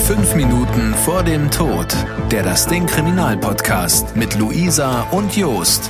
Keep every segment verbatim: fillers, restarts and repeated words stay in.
Fünf Minuten vor dem Tod. Der Das Ding Kriminalpodcast mit Luisa und Jost.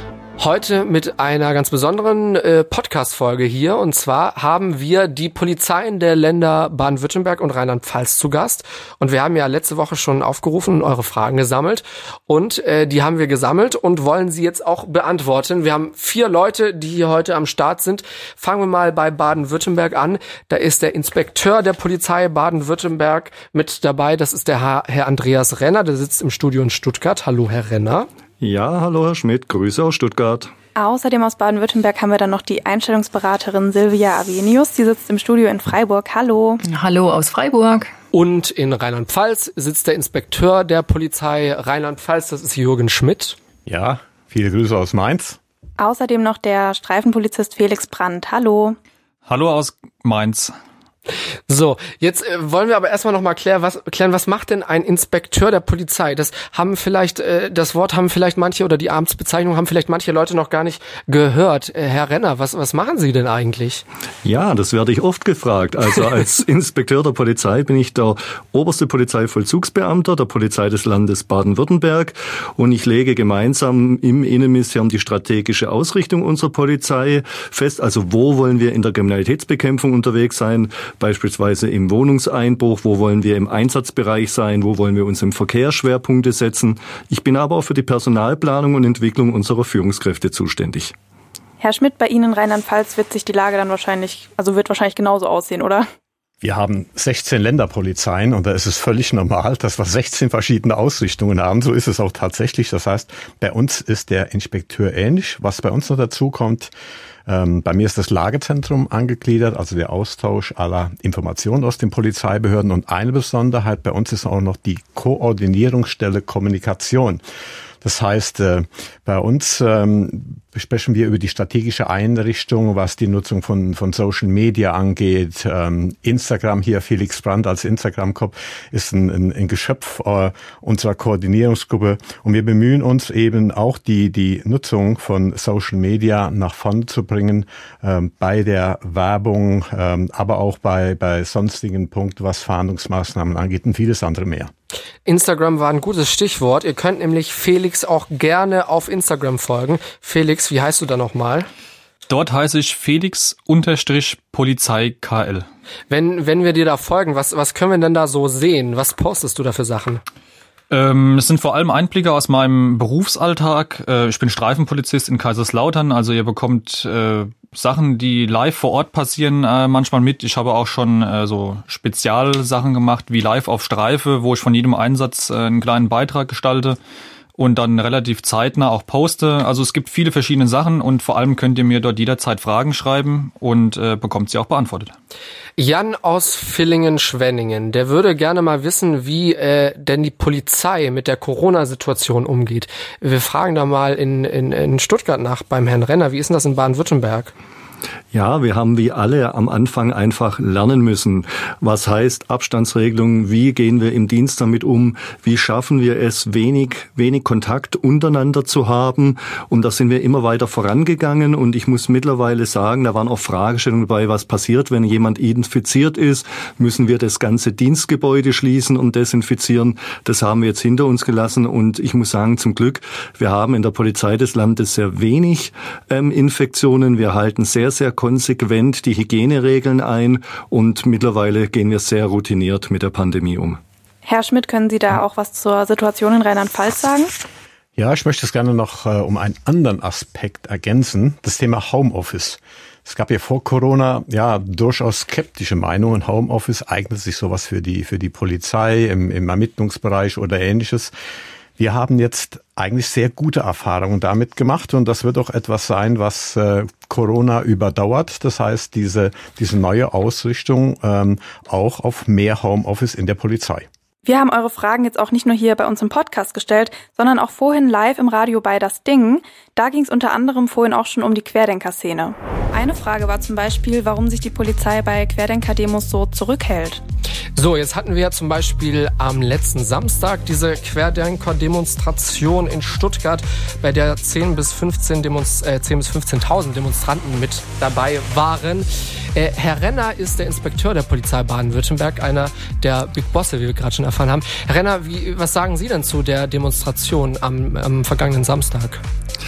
Heute mit einer ganz besonderen äh, Podcast-Folge hier. Und zwar haben wir die Polizeien der Länder Baden-Württemberg und Rheinland-Pfalz zu Gast. Und wir haben ja letzte Woche schon aufgerufen und eure Fragen gesammelt. Und äh, die haben wir gesammelt und wollen sie jetzt auch beantworten. Wir haben vier Leute, die hier heute am Start sind. Fangen wir mal bei Baden-Württemberg an. Da ist der Inspekteur der Polizei Baden-Württemberg mit dabei. Das ist der Herr, Herr Andreas Renner. Der sitzt im Studio in Stuttgart. Hallo, Herr Renner. Ja, hallo Herr Schmidt, Grüße aus Stuttgart. Außerdem aus Baden-Württemberg haben wir dann noch die Einstellungsberaterin Silvia Avenius. Sie sitzt im Studio in Freiburg. Hallo. Hallo aus Freiburg. Und in Rheinland-Pfalz sitzt der Inspekteur der Polizei Rheinland-Pfalz. Das ist Jürgen Schmidt. Ja, viele Grüße aus Mainz. Außerdem noch der Streifenpolizist Felix Brandt. Hallo. Hallo aus Mainz. So, jetzt äh, wollen wir aber erstmal noch mal klären, was, klären, was macht denn ein Inspekteur der Polizei? Das haben vielleicht, äh, das Wort haben vielleicht manche oder die Amtsbezeichnung haben vielleicht manche Leute noch gar nicht gehört. Äh, Herr Renner, was, was machen Sie denn eigentlich? Ja, das werde ich oft gefragt. Also als Inspekteur der Polizei bin ich der oberste Polizeivollzugsbeamter der Polizei des Landes Baden-Württemberg und ich lege gemeinsam im Innenministerium die strategische Ausrichtung unserer Polizei fest. Also wo wollen wir in der Kriminalitätsbekämpfung unterwegs sein? Beispielsweise im Wohnungseinbruch, wo wollen wir im Einsatzbereich sein, wo wollen wir uns im Verkehr Schwerpunkte setzen. Ich bin aber auch für die Personalplanung und Entwicklung unserer Führungskräfte zuständig. Herr Schmidt, bei Ihnen in Rheinland-Pfalz wird sich die Lage dann wahrscheinlich, also wird wahrscheinlich genauso aussehen, oder? Wir haben sechzehn Länderpolizeien und da ist es völlig normal, dass wir sechzehn verschiedene Ausrichtungen haben. So ist es auch tatsächlich. Das heißt, bei uns ist der Inspekteur ähnlich. Was bei uns noch dazu kommt, ähm, bei mir ist das Lagezentrum angegliedert, also der Austausch aller Informationen aus den Polizeibehörden. Und eine Besonderheit bei uns ist auch noch die Koordinierungsstelle Kommunikation. Das heißt, äh, bei uns ähm, besprechen wir über die strategische Einrichtung, was die Nutzung von von Social Media angeht. Ähm, Instagram hier, Felix Brandt als Instagram-Kopf ist ein, ein, ein Geschöpf äh, unserer Koordinierungsgruppe. Und wir bemühen uns eben auch, die die Nutzung von Social Media nach vorne zu bringen, ähm, bei der Werbung, ähm, aber auch bei bei sonstigen Punkten, was Fahndungsmaßnahmen angeht und vieles andere mehr. Instagram war ein gutes Stichwort. Ihr könnt nämlich Felix auch gerne auf Instagram folgen. Felix, wie heißt du da nochmal? Dort heiße ich Felix unterstrich Polizei K L. Wenn, wenn wir dir da folgen, was, was können wir denn da so sehen? Was postest du da für Sachen? Ähm, es sind vor allem Einblicke aus meinem Berufsalltag. Äh, ich bin Streifenpolizist in Kaiserslautern, also ihr bekommt äh, Sachen, die live vor Ort passieren, äh, manchmal mit. Ich habe auch schon äh, so Spezialsachen gemacht, wie live auf Streife, wo ich von jedem Einsatz äh, einen kleinen Beitrag gestalte und dann relativ zeitnah auch poste. Also es gibt viele verschiedene Sachen und vor allem könnt ihr mir dort jederzeit Fragen schreiben und äh, bekommt sie auch beantwortet. Jan aus Villingen-Schwenningen, der würde gerne mal wissen, wie äh, denn die Polizei mit der Corona-Situation umgeht. Wir fragen da mal in, in, in Stuttgart nach beim Herrn Renner. Wie ist denn das in Baden-Württemberg? Ja, wir haben wie alle am Anfang einfach lernen müssen. Was heißt Abstandsregelung? Wie gehen wir im Dienst damit um? Wie schaffen wir es, wenig, wenig Kontakt untereinander zu haben? Und da sind wir immer weiter vorangegangen. Und ich muss mittlerweile sagen, da waren auch Fragestellungen dabei, was passiert, wenn jemand infiziert ist? Müssen wir das ganze Dienstgebäude schließen und desinfizieren? Das haben wir jetzt hinter uns gelassen. Und ich muss sagen, zum Glück, wir haben in der Polizei des Landes sehr wenig ähm, Infektionen. Wir halten sehr, sehr konsequent die Hygieneregeln ein und mittlerweile gehen wir sehr routiniert mit der Pandemie um. Herr Schmidt, können Sie da auch was zur Situation in Rheinland-Pfalz sagen? Ja, ich möchte es gerne noch äh, um einen anderen Aspekt ergänzen, das Thema Homeoffice. Es gab ja vor Corona ja durchaus skeptische Meinungen. Homeoffice eignet sich sowas für die für die Polizei im, im Ermittlungsbereich oder Ähnliches. Wir haben jetzt eigentlich sehr gute Erfahrungen damit gemacht und das wird auch etwas sein, was äh, Corona überdauert. Das heißt, diese diese neue Ausrichtung ähm, auch auf mehr Homeoffice in der Polizei. Wir haben eure Fragen jetzt auch nicht nur hier bei uns im Podcast gestellt, sondern auch vorhin live im Radio bei Das Ding. Da ging es unter anderem vorhin auch schon um die Querdenker-Szene. Eine Frage war zum Beispiel, warum sich die Polizei bei Querdenker-Demos so zurückhält. So, jetzt hatten wir ja zum Beispiel am letzten Samstag diese Querdenker-Demonstration in Stuttgart, bei der zehn bis fünfzehntausend Demonstranten mit dabei waren. Äh, Herr Renner ist der Inspekteur der Polizei Baden-Württemberg, einer der Big Bosse, wie wir gerade schon erfahren haben. Herr Renner, wie, was sagen Sie denn zu der Demonstration am, am vergangenen Samstag?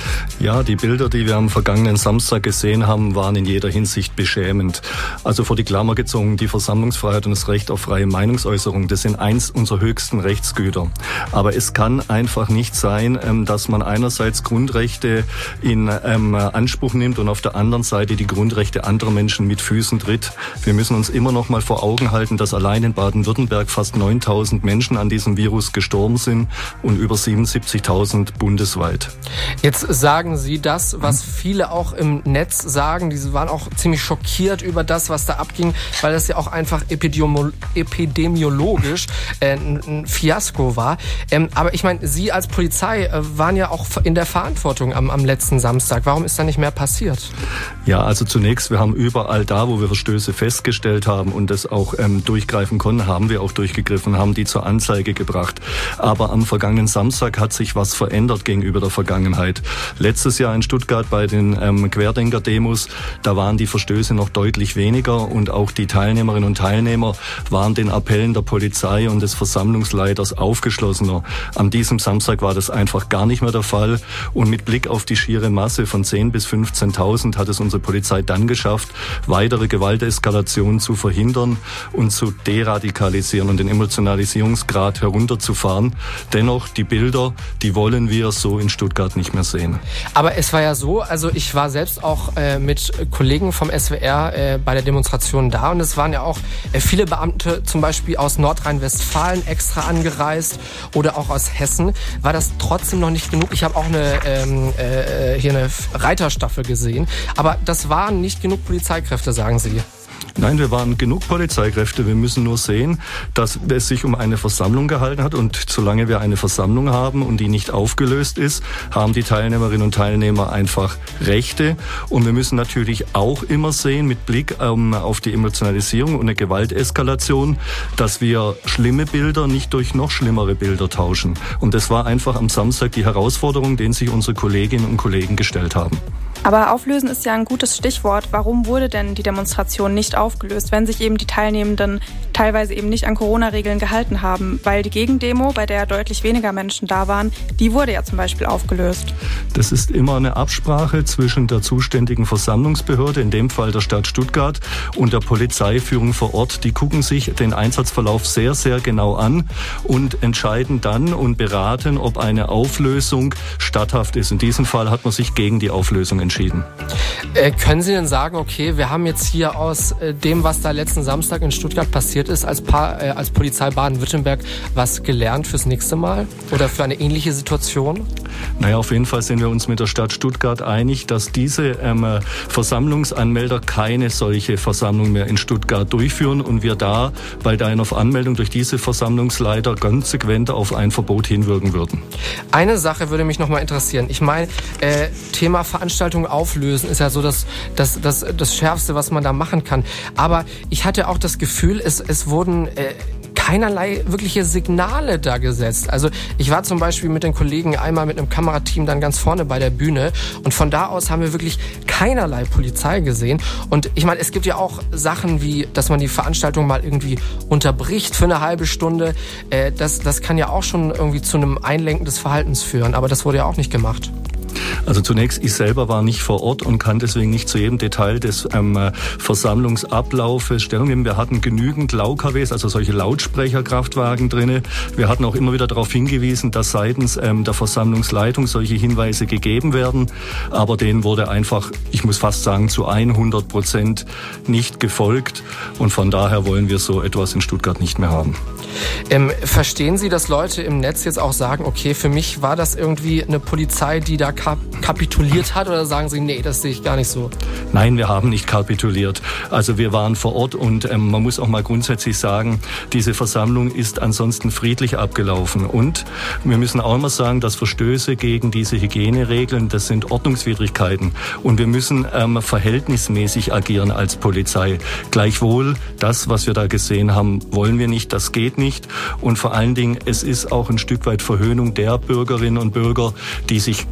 Ja, die Bilder, die wir am vergangenen Samstag gesehen haben, waren in jeder Hinsicht beschämend. Also vor die Klammer gezogen, die Versammlungsfreiheit und das Recht auf freie Meinungsäußerung, das sind eins unserer höchsten Rechtsgüter. Aber es kann einfach nicht sein, dass man einerseits Grundrechte in Anspruch nimmt und auf der anderen Seite die Grundrechte anderer Menschen mit Füßen tritt. Wir müssen uns immer noch mal vor Augen halten, dass allein in Baden-Württemberg fast neuntausend Menschen an diesem Virus gestorben sind und über siebenundsiebzigtausend bundesweit. Jetzt sagen Sie das, was viele auch im Netz sagen. Diese waren auch ziemlich schockiert über das, was da abging, weil das ja auch einfach epidemiolo- epidemiologisch äh, ein Fiasko war. Ähm, aber ich meine, Sie als Polizei äh, waren ja auch in der Verantwortung am, am letzten Samstag. Warum ist da nicht mehr passiert? Ja, also zunächst, wir haben überall da, wo wir Verstöße festgestellt haben und das auch ähm, durchgreifen konnten, haben wir auch durchgegriffen, haben die zur Anzeige gebracht. Aber am vergangenen Samstag hat sich was verändert gegenüber der Vergangenheit. Letztes Jahr in Stuttgart bei den ähm, Querdenker-Demos, da waren die Verstöße noch deutlich weniger und auch die Teilnehmerinnen und Teilnehmer waren den Appellen der Polizei und des Versammlungsleiters aufgeschlossener. An diesem Samstag war das einfach gar nicht mehr der Fall und mit Blick auf die schiere Masse von zehntausend bis fünfzehntausend hat es unsere Polizei dann geschafft, weitere Gewalteskalationen zu verhindern und zu deradikalisieren und den Emotionalisierungsgrad herunterzufahren. Dennoch, die Bilder, die wollen wir so in Stuttgart nicht mehr sehen. Aber es war ja so, also ich war selbst auch äh, mit Kollegen vom S W R äh, bei der Demonstration da und es waren ja auch äh, viele Beamte zum Beispiel aus Nordrhein-Westfalen extra angereist oder auch aus Hessen. War das trotzdem noch nicht genug? Ich habe auch eine ähm, äh, hier eine Reiterstaffel gesehen, aber das waren nicht genug Polizeikräfte, sagen Sie. Nein, wir waren genug Polizeikräfte. Wir müssen nur sehen, dass es sich um eine Versammlung gehalten hat. Und solange wir eine Versammlung haben und die nicht aufgelöst ist, haben die Teilnehmerinnen und Teilnehmer einfach Rechte. Und wir müssen natürlich auch immer sehen, mit Blick ähm, auf die Emotionalisierung und eine Gewalteskalation, dass wir schlimme Bilder nicht durch noch schlimmere Bilder tauschen. Und das war einfach am Samstag die Herausforderung, den sich unsere Kolleginnen und Kollegen gestellt haben. Aber auflösen ist ja ein gutes Stichwort. Warum wurde denn die Demonstration nicht aufgelöst, wenn sich eben die Teilnehmenden teilweise eben nicht an Corona-Regeln gehalten haben? Weil die Gegendemo, bei der deutlich weniger Menschen da waren, die wurde ja zum Beispiel aufgelöst. Das ist immer eine Absprache zwischen der zuständigen Versammlungsbehörde, in dem Fall der Stadt Stuttgart, und der Polizeiführung vor Ort. Die gucken sich den Einsatzverlauf sehr, sehr genau an und entscheiden dann und beraten, ob eine Auflösung statthaft ist. In diesem Fall hat man sich gegen die Auflösung entschieden. Entschieden. Äh, können Sie denn sagen, okay, wir haben jetzt hier aus äh, dem, was da letzten Samstag in Stuttgart passiert ist, als, pa- äh, als Polizei Baden-Württemberg was gelernt fürs nächste Mal oder für eine ähnliche Situation? Naja, auf jeden Fall sind wir uns mit der Stadt Stuttgart einig, dass diese ähm, Versammlungsanmelder keine solche Versammlung mehr in Stuttgart durchführen und wir da bei deiner Anmeldung durch diese Versammlungsleiter konsequent auf ein Verbot hinwirken würden. Eine Sache würde mich noch mal interessieren. Ich meine, äh, Thema Veranstaltung auflösen ist ja so das, das, das, das Schärfste, was man da machen kann. Aber ich hatte auch das Gefühl, es, es wurden äh, keinerlei wirkliche Signale da gesetzt. Also ich war zum Beispiel mit den Kollegen einmal mit einem Kamerateam dann ganz vorne bei der Bühne und von da aus haben wir wirklich keinerlei Polizei gesehen. Und ich meine, es gibt ja auch Sachen wie, dass man die Veranstaltung mal irgendwie unterbricht für eine halbe Stunde. Äh, das, das kann ja auch schon irgendwie zu einem Einlenken des Verhaltens führen, aber das wurde ja auch nicht gemacht. Also zunächst, ich selber war nicht vor Ort und kann deswegen nicht zu jedem Detail des ähm, Versammlungsablaufes Stellung nehmen. Wir hatten genügend Lau K Ws, also solche Lautsprecherkraftwagen drinne. Wir hatten auch immer wieder darauf hingewiesen, dass seitens ähm, der Versammlungsleitung solche Hinweise gegeben werden. Aber denen wurde einfach, ich muss fast sagen, zu hundert Prozent nicht gefolgt. Und von daher wollen wir so etwas in Stuttgart nicht mehr haben. Ähm, verstehen Sie, dass Leute im Netz jetzt auch sagen, okay, für mich war das irgendwie eine Polizei, die da kap- kapituliert hat, oder sagen Sie, nee, das sehe ich gar nicht so? Nein, wir haben nicht kapituliert. Also wir waren vor Ort und ähm, man muss auch mal grundsätzlich sagen, diese Versammlung ist ansonsten friedlich abgelaufen. Und wir müssen auch immer sagen, dass Verstöße gegen diese Hygieneregeln, das sind Ordnungswidrigkeiten. Und wir müssen ähm, verhältnismäßig agieren als Polizei. Gleichwohl, das, was wir da gesehen haben, wollen wir nicht, das geht nicht. Und vor allen Dingen, es ist auch ein Stück weit Verhöhnung der Bürgerinnen und Bürger, die sich ganz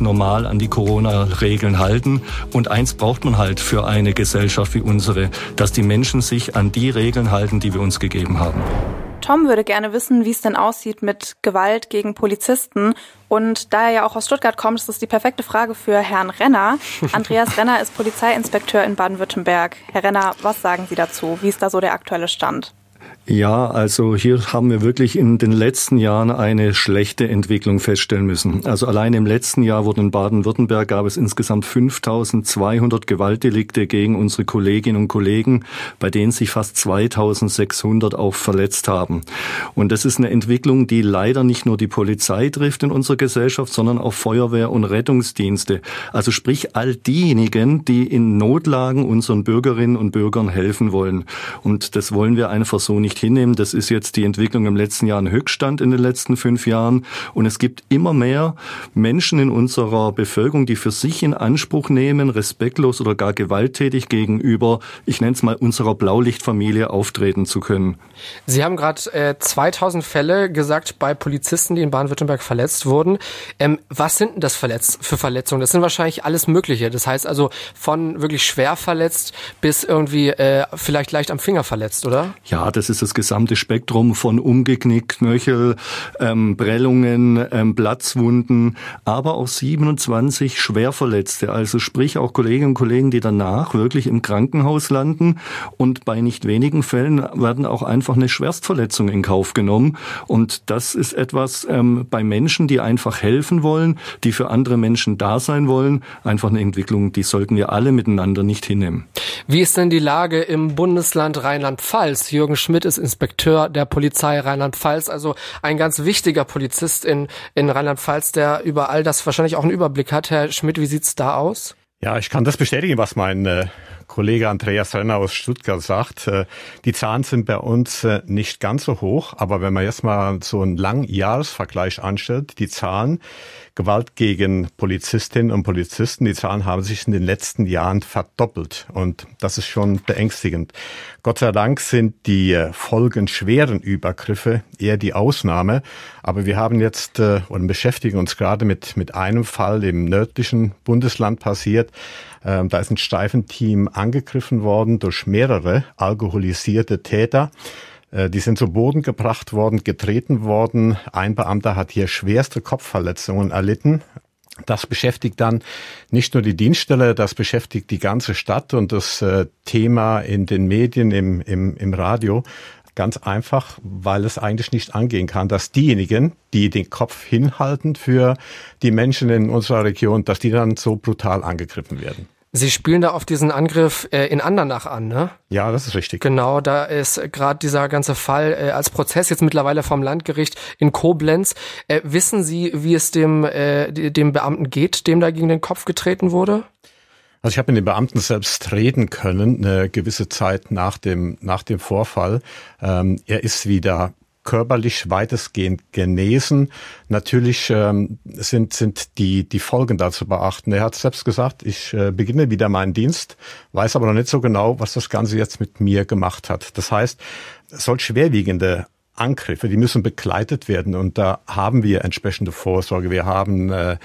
normal an die Corona-Regeln halten. Und eins braucht man halt für eine Gesellschaft wie unsere, dass die Menschen sich an die Regeln halten, die wir uns gegeben haben. Tom würde gerne wissen, wie es denn aussieht mit Gewalt gegen Polizisten. Und da er ja auch aus Stuttgart kommt, ist das die perfekte Frage für Herrn Renner. Andreas Renner ist Polizeiinspekteur in Baden-Württemberg. Herr Renner, was sagen Sie dazu? Wie ist da so der aktuelle Stand? Ja, also hier haben wir wirklich in den letzten Jahren eine schlechte Entwicklung feststellen müssen. Also allein im letzten Jahr wurden in Baden-Württemberg gab es insgesamt fünftausendzweihundert Gewaltdelikte gegen unsere Kolleginnen und Kollegen, bei denen sich fast zweitausendsechshundert auch verletzt haben. Und das ist eine Entwicklung, die leider nicht nur die Polizei trifft in unserer Gesellschaft, sondern auch Feuerwehr und Rettungsdienste. Also sprich all diejenigen, die in Notlagen unseren Bürgerinnen und Bürgern helfen wollen. Und das wollen wir einfach so nicht hinnehmen. Das ist jetzt die Entwicklung im letzten Jahr ein Höchststand in den letzten fünf Jahren. Und es gibt immer mehr Menschen in unserer Bevölkerung, die für sich in Anspruch nehmen, respektlos oder gar gewalttätig gegenüber, ich nenne es mal, unserer Blaulichtfamilie auftreten zu können. Sie haben gerade äh, zweitausend Fälle gesagt bei Polizisten, die in Baden-Württemberg verletzt wurden. Ähm, was sind denn das Verletz- für Verletzungen? Das sind wahrscheinlich alles Mögliche. Das heißt also von wirklich schwer verletzt bis irgendwie äh, vielleicht leicht am Finger verletzt, oder? Ja, das ist das gesamte Spektrum von umgeknickt, Knöchel, ähm, Prellungen, ähm, Platzwunden, aber auch siebenundzwanzig Schwerverletzte. Also sprich auch Kolleginnen und Kollegen, die danach wirklich im Krankenhaus landen. Und bei nicht wenigen Fällen werden auch einfach eine Schwerstverletzung in Kauf genommen. Und das ist etwas ähm, bei Menschen, die einfach helfen wollen, die für andere Menschen da sein wollen, einfach eine Entwicklung, die sollten wir alle miteinander nicht hinnehmen. Wie ist denn die Lage im Bundesland Rheinland-Pfalz? Jürgen Schmidt ist Inspekteur der Polizei Rheinland-Pfalz, also ein ganz wichtiger Polizist in, in Rheinland-Pfalz, der über all das wahrscheinlich auch einen Überblick hat. Herr Schmidt, wie sieht's da aus? Ja, ich kann das bestätigen, was mein äh, Kollege Andreas Renner aus Stuttgart sagt. Äh, die Zahlen sind bei uns äh, nicht ganz so hoch, aber wenn man jetzt mal so einen langen Jahresvergleich anstellt, die Zahlen Gewalt gegen Polizistinnen und Polizisten, die Zahlen haben sich in den letzten Jahren verdoppelt und das ist schon beängstigend. Gott sei Dank sind die folgenschweren Übergriffe eher die Ausnahme, aber wir haben jetzt äh, und beschäftigen uns gerade mit mit einem Fall im nördlichen Bundesland passiert. Ähm, da ist ein Streifenteam angegriffen worden durch mehrere alkoholisierte Täter. Die sind zu Boden gebracht worden, getreten worden. Ein Beamter hat hier schwerste Kopfverletzungen erlitten. Das beschäftigt dann nicht nur die Dienststelle, das beschäftigt die ganze Stadt und das äh, Thema in den Medien, im, im, im Radio. Ganz einfach, weil es eigentlich nicht angehen kann, dass diejenigen, die den Kopf hinhalten für die Menschen in unserer Region, dass die dann so brutal angegriffen werden. Sie spielen da auf diesen Angriff äh, in Andernach an, ne? Ja, das ist richtig. Genau, da ist gerade dieser ganze Fall äh, als Prozess jetzt mittlerweile vom Landgericht in Koblenz. Äh, wissen Sie, wie es dem äh, dem Beamten geht, dem da gegen den Kopf getreten wurde? Also ich habe mit dem Beamten selbst reden können, eine gewisse Zeit nach dem nach dem Vorfall. Ähm, er ist wieder körperlich weitestgehend genesen. Natürlich ähm, sind sind die die Folgen da zu beachten. Er hat selbst gesagt, ich äh, beginne wieder meinen Dienst, weiß aber noch nicht so genau, was das Ganze jetzt mit mir gemacht hat. Das heißt, solch schwerwiegende Angriffe, die müssen begleitet werden und da haben wir entsprechende Vorsorge. Wir haben äh,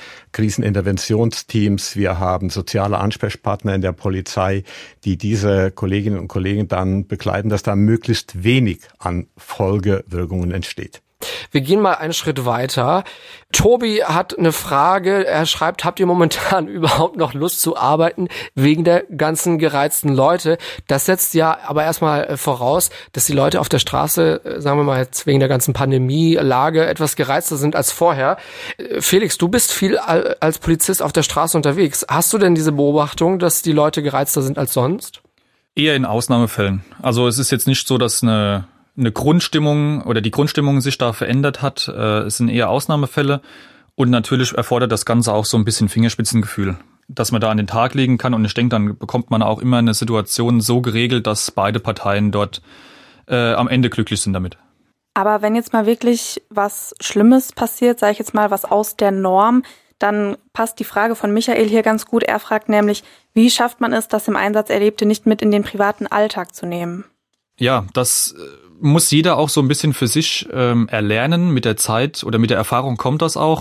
Kriseninterventionsteams, wir haben soziale Ansprechpartner in der Polizei, die diese Kolleginnen und Kollegen dann begleiten, dass da möglichst wenig an Folgewirkungen entsteht. Wir gehen mal einen Schritt weiter. Tobi hat eine Frage. Er schreibt, habt ihr momentan überhaupt noch Lust zu arbeiten wegen der ganzen gereizten Leute? Das setzt ja aber erstmal voraus, dass die Leute auf der Straße, sagen wir mal jetzt wegen der ganzen Pandemielage, etwas gereizter sind als vorher. Felix, du bist viel als Polizist auf der Straße unterwegs. Hast du denn diese Beobachtung, dass die Leute gereizter sind als sonst? Eher in Ausnahmefällen. Also es ist jetzt nicht so, dass eine eine Grundstimmung oder die Grundstimmung sich da verändert hat. Äh, es sind eher Ausnahmefälle und natürlich erfordert das Ganze auch so ein bisschen Fingerspitzengefühl, dass man da an den Tag legen kann und ich denke, dann bekommt man auch immer eine Situation so geregelt, dass beide Parteien dort äh, am Ende glücklich sind damit. Aber wenn jetzt mal wirklich was Schlimmes passiert, sage ich jetzt mal was aus der Norm, dann passt die Frage von Michael hier ganz gut. Er fragt nämlich, wie schafft man es, das im Einsatz Erlebte nicht mit in den privaten Alltag zu nehmen? Ja, das muss jeder auch so ein bisschen für sich ähm, erlernen. Mit der Zeit oder mit der Erfahrung kommt das auch.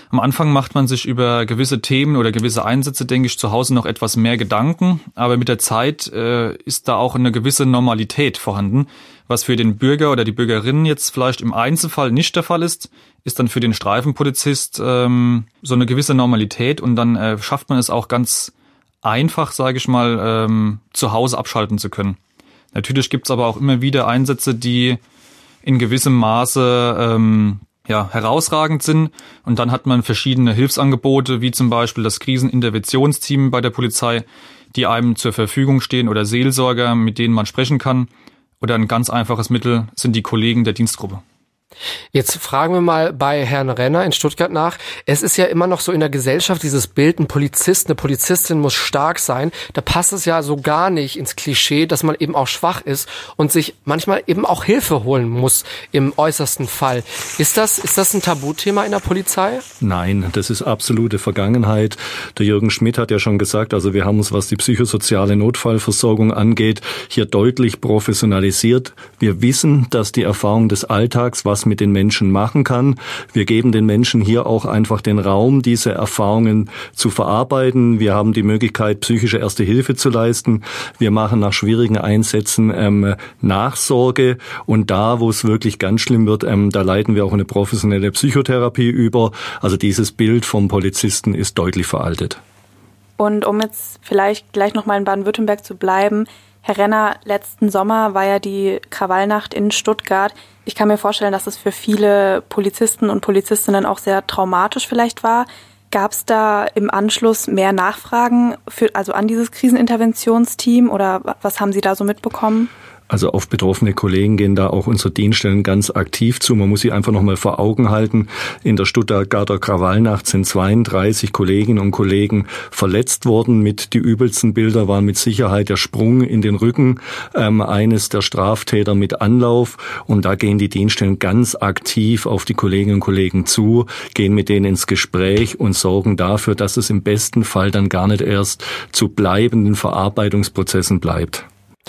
Am Anfang macht man sich über gewisse Themen oder gewisse Einsätze, denke ich, zu Hause noch etwas mehr Gedanken. Aber mit der Zeit äh, ist da auch eine gewisse Normalität vorhanden. Was für den Bürger oder die Bürgerin jetzt vielleicht im Einzelfall nicht der Fall ist, ist dann für den Streifenpolizist ähm, so eine gewisse Normalität. Und dann äh, schafft man es auch ganz einfach, sage ich mal, ähm, zu Hause abschalten zu können. Natürlich gibt's aber auch immer wieder Einsätze, die in gewissem Maße ähm, ja, herausragend sind. Und dann hat man verschiedene Hilfsangebote, wie zum Beispiel das Kriseninterventionsteam bei der Polizei, die einem zur Verfügung stehen, oder Seelsorger, mit denen man sprechen kann. Oder ein ganz einfaches Mittel sind die Kollegen der Dienstgruppe. Jetzt fragen wir mal bei Herrn Renner in Stuttgart nach. Es ist ja immer noch so in der Gesellschaft dieses Bild, ein Polizist, eine Polizistin muss stark sein. Da passt es ja so gar nicht ins Klischee, dass man eben auch schwach ist und sich manchmal eben auch Hilfe holen muss im äußersten Fall. Ist das, ist das ein Tabuthema in der Polizei? Nein, das ist absolute Vergangenheit. Der Jürgen Schmidt hat ja schon gesagt, also wir haben uns, was die psychosoziale Notfallversorgung angeht, hier deutlich professionalisiert. Wir wissen, dass die Erfahrung des Alltags, was mit den Menschen machen kann. Wir geben den Menschen hier auch einfach den Raum, diese Erfahrungen zu verarbeiten. Wir haben die Möglichkeit, psychische Erste Hilfe zu leisten. Wir machen nach schwierigen Einsätzen ähm, Nachsorge. Und da, wo es wirklich ganz schlimm wird, ähm, da leiten wir auch eine professionelle Psychotherapie über. Also dieses Bild vom Polizisten ist deutlich veraltet. Und um jetzt vielleicht gleich nochmal in Baden-Württemberg zu bleiben, Herr Renner, letzten Sommer war ja die Krawallnacht in Stuttgart. Ich kann mir vorstellen, dass es für viele Polizisten und Polizistinnen auch sehr traumatisch vielleicht war. Gab es da im Anschluss mehr Nachfragen für, also an dieses Kriseninterventionsteam, oder was haben Sie da so mitbekommen? Also auf betroffene Kollegen gehen da auch unsere Dienststellen ganz aktiv zu. Man muss sich einfach nochmal vor Augen halten. In der Stuttgarter Krawallnacht sind zweiunddreißig Kolleginnen und Kollegen verletzt worden. Mit die übelsten Bilder waren mit Sicherheit der Sprung in den Rücken ähm, eines der Straftäter mit Anlauf. Und da gehen die Dienststellen ganz aktiv auf die Kolleginnen und Kollegen zu, gehen mit denen ins Gespräch und sorgen dafür, dass es im besten Fall dann gar nicht erst zu bleibenden Verarbeitungsprozessen bleibt.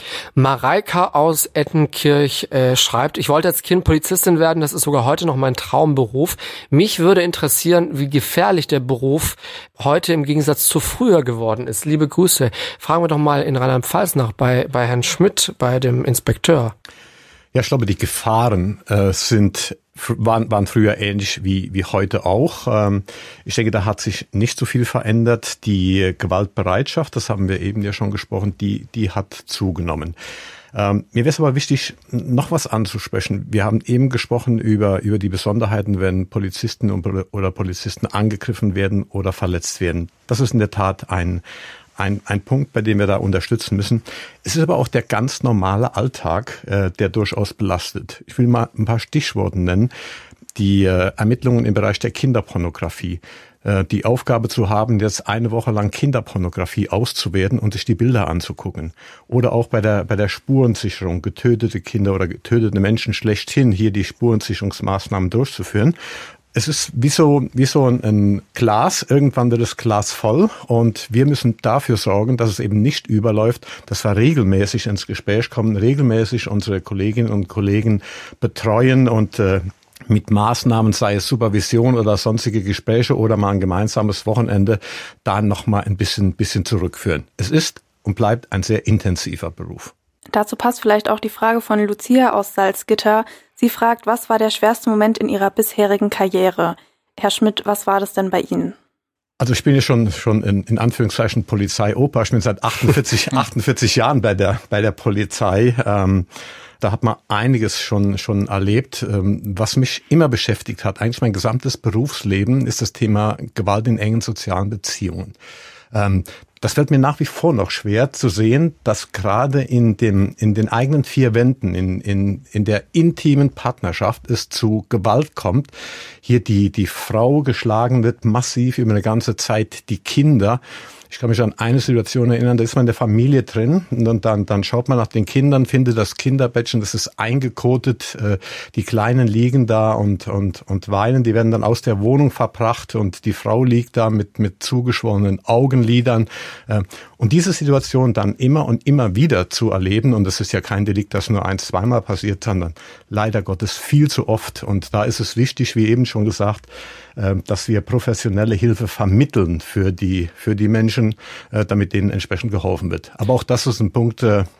Mareika aus Ettenkirch äh, schreibt, ich wollte als Kind Polizistin werden, das ist sogar heute noch mein Traumberuf. Mich würde interessieren, wie gefährlich der Beruf heute im Gegensatz zu früher geworden ist. Liebe Grüße. Fragen wir doch mal in Rheinland-Pfalz nach, bei, bei Herrn Schmidt, bei dem Inspekteur. Ja, ich glaube, die Gefahren äh, sind waren, waren früher ähnlich wie wie heute auch. Ähm, ich denke, da hat sich nicht so viel verändert. Die Gewaltbereitschaft, das haben wir eben ja schon gesprochen, die die hat zugenommen. Ähm, mir wäre es aber wichtig, noch was anzusprechen. Wir haben eben gesprochen über über die Besonderheiten, wenn Polizisten oder Polizisten angegriffen werden oder verletzt werden. Das ist in der Tat ein Ein, ein Punkt, bei dem wir da unterstützen müssen. Es ist aber auch der ganz normale Alltag, äh, der durchaus belastet. Ich will mal ein paar Stichworte nennen. Die äh, Ermittlungen im Bereich der Kinderpornografie. Äh, die Aufgabe zu haben, jetzt eine Woche lang Kinderpornografie auszuwerten und sich die Bilder anzugucken. Oder auch bei der, bei der Spurensicherung, getötete Kinder oder getötete Menschen schlechthin, hier die Spurensicherungsmaßnahmen durchzuführen. Es ist wie so, wie so ein, ein Glas. Irgendwann wird das Glas voll und wir müssen dafür sorgen, dass es eben nicht überläuft, dass wir regelmäßig ins Gespräch kommen, regelmäßig unsere Kolleginnen und Kollegen betreuen und äh, mit Maßnahmen, sei es Supervision oder sonstige Gespräche oder mal ein gemeinsames Wochenende, da nochmal ein bisschen, bisschen zurückführen. Es ist und bleibt ein sehr intensiver Beruf. Dazu passt vielleicht auch die Frage von Lucia aus Salzgitter. Sie fragt, was war der schwerste Moment in Ihrer bisherigen Karriere? Herr Schmidt, was war das denn bei Ihnen? Also ich bin ja schon schon in, in Anführungszeichen Polizeioper. Ich bin seit achtundvierzig, achtundvierzig Jahren bei der bei der Polizei. Ähm, da hat man einiges schon schon erlebt. Ähm, was mich immer beschäftigt hat, eigentlich mein gesamtes Berufsleben, ist das Thema Gewalt in engen sozialen Beziehungen. Ähm, Das fällt mir nach wie vor noch schwer zu sehen, dass gerade in dem, in den eigenen vier Wänden, in, in, in der intimen Partnerschaft es zu Gewalt kommt. Hier die, die Frau geschlagen wird massiv über eine ganze Zeit, die Kinder. Ich kann mich an eine Situation erinnern, da ist man in der Familie drin und dann, dann schaut man nach den Kindern, findet das Kinderbettchen, das ist eingekotet, äh, die Kleinen liegen da und, und, und weinen, die werden dann aus der Wohnung verbracht und die Frau liegt da mit, mit zugeschwollenen Augenlidern. Äh, Und diese Situation dann immer und immer wieder zu erleben, und es ist ja kein Delikt, das nur ein, zweimal passiert, sondern leider Gottes viel zu oft. Und da ist es wichtig, wie eben schon gesagt, dass wir professionelle Hilfe vermitteln für die, für die Menschen, damit denen entsprechend geholfen wird. Aber auch das ist ein Punkt,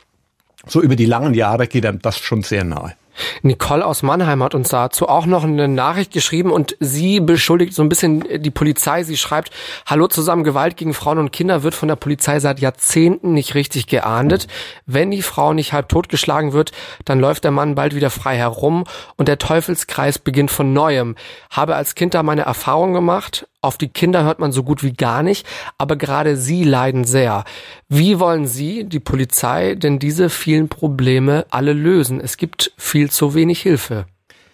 so über die langen Jahre geht einem das schon sehr nahe. Nicole aus Mannheim hat uns dazu auch noch eine Nachricht geschrieben und sie beschuldigt so ein bisschen die Polizei. Sie schreibt, hallo zusammen, Gewalt gegen Frauen und Kinder wird von der Polizei seit Jahrzehnten nicht richtig geahndet. Wenn die Frau nicht halb totgeschlagen wird, dann läuft der Mann bald wieder frei herum und der Teufelskreis beginnt von Neuem. Habe als Kind da meine Erfahrung gemacht. Auf die Kinder hört man so gut wie gar nicht, aber gerade sie leiden sehr. Wie wollen Sie, die Polizei, denn diese vielen Probleme alle lösen? Es gibt viel zu wenig Hilfe.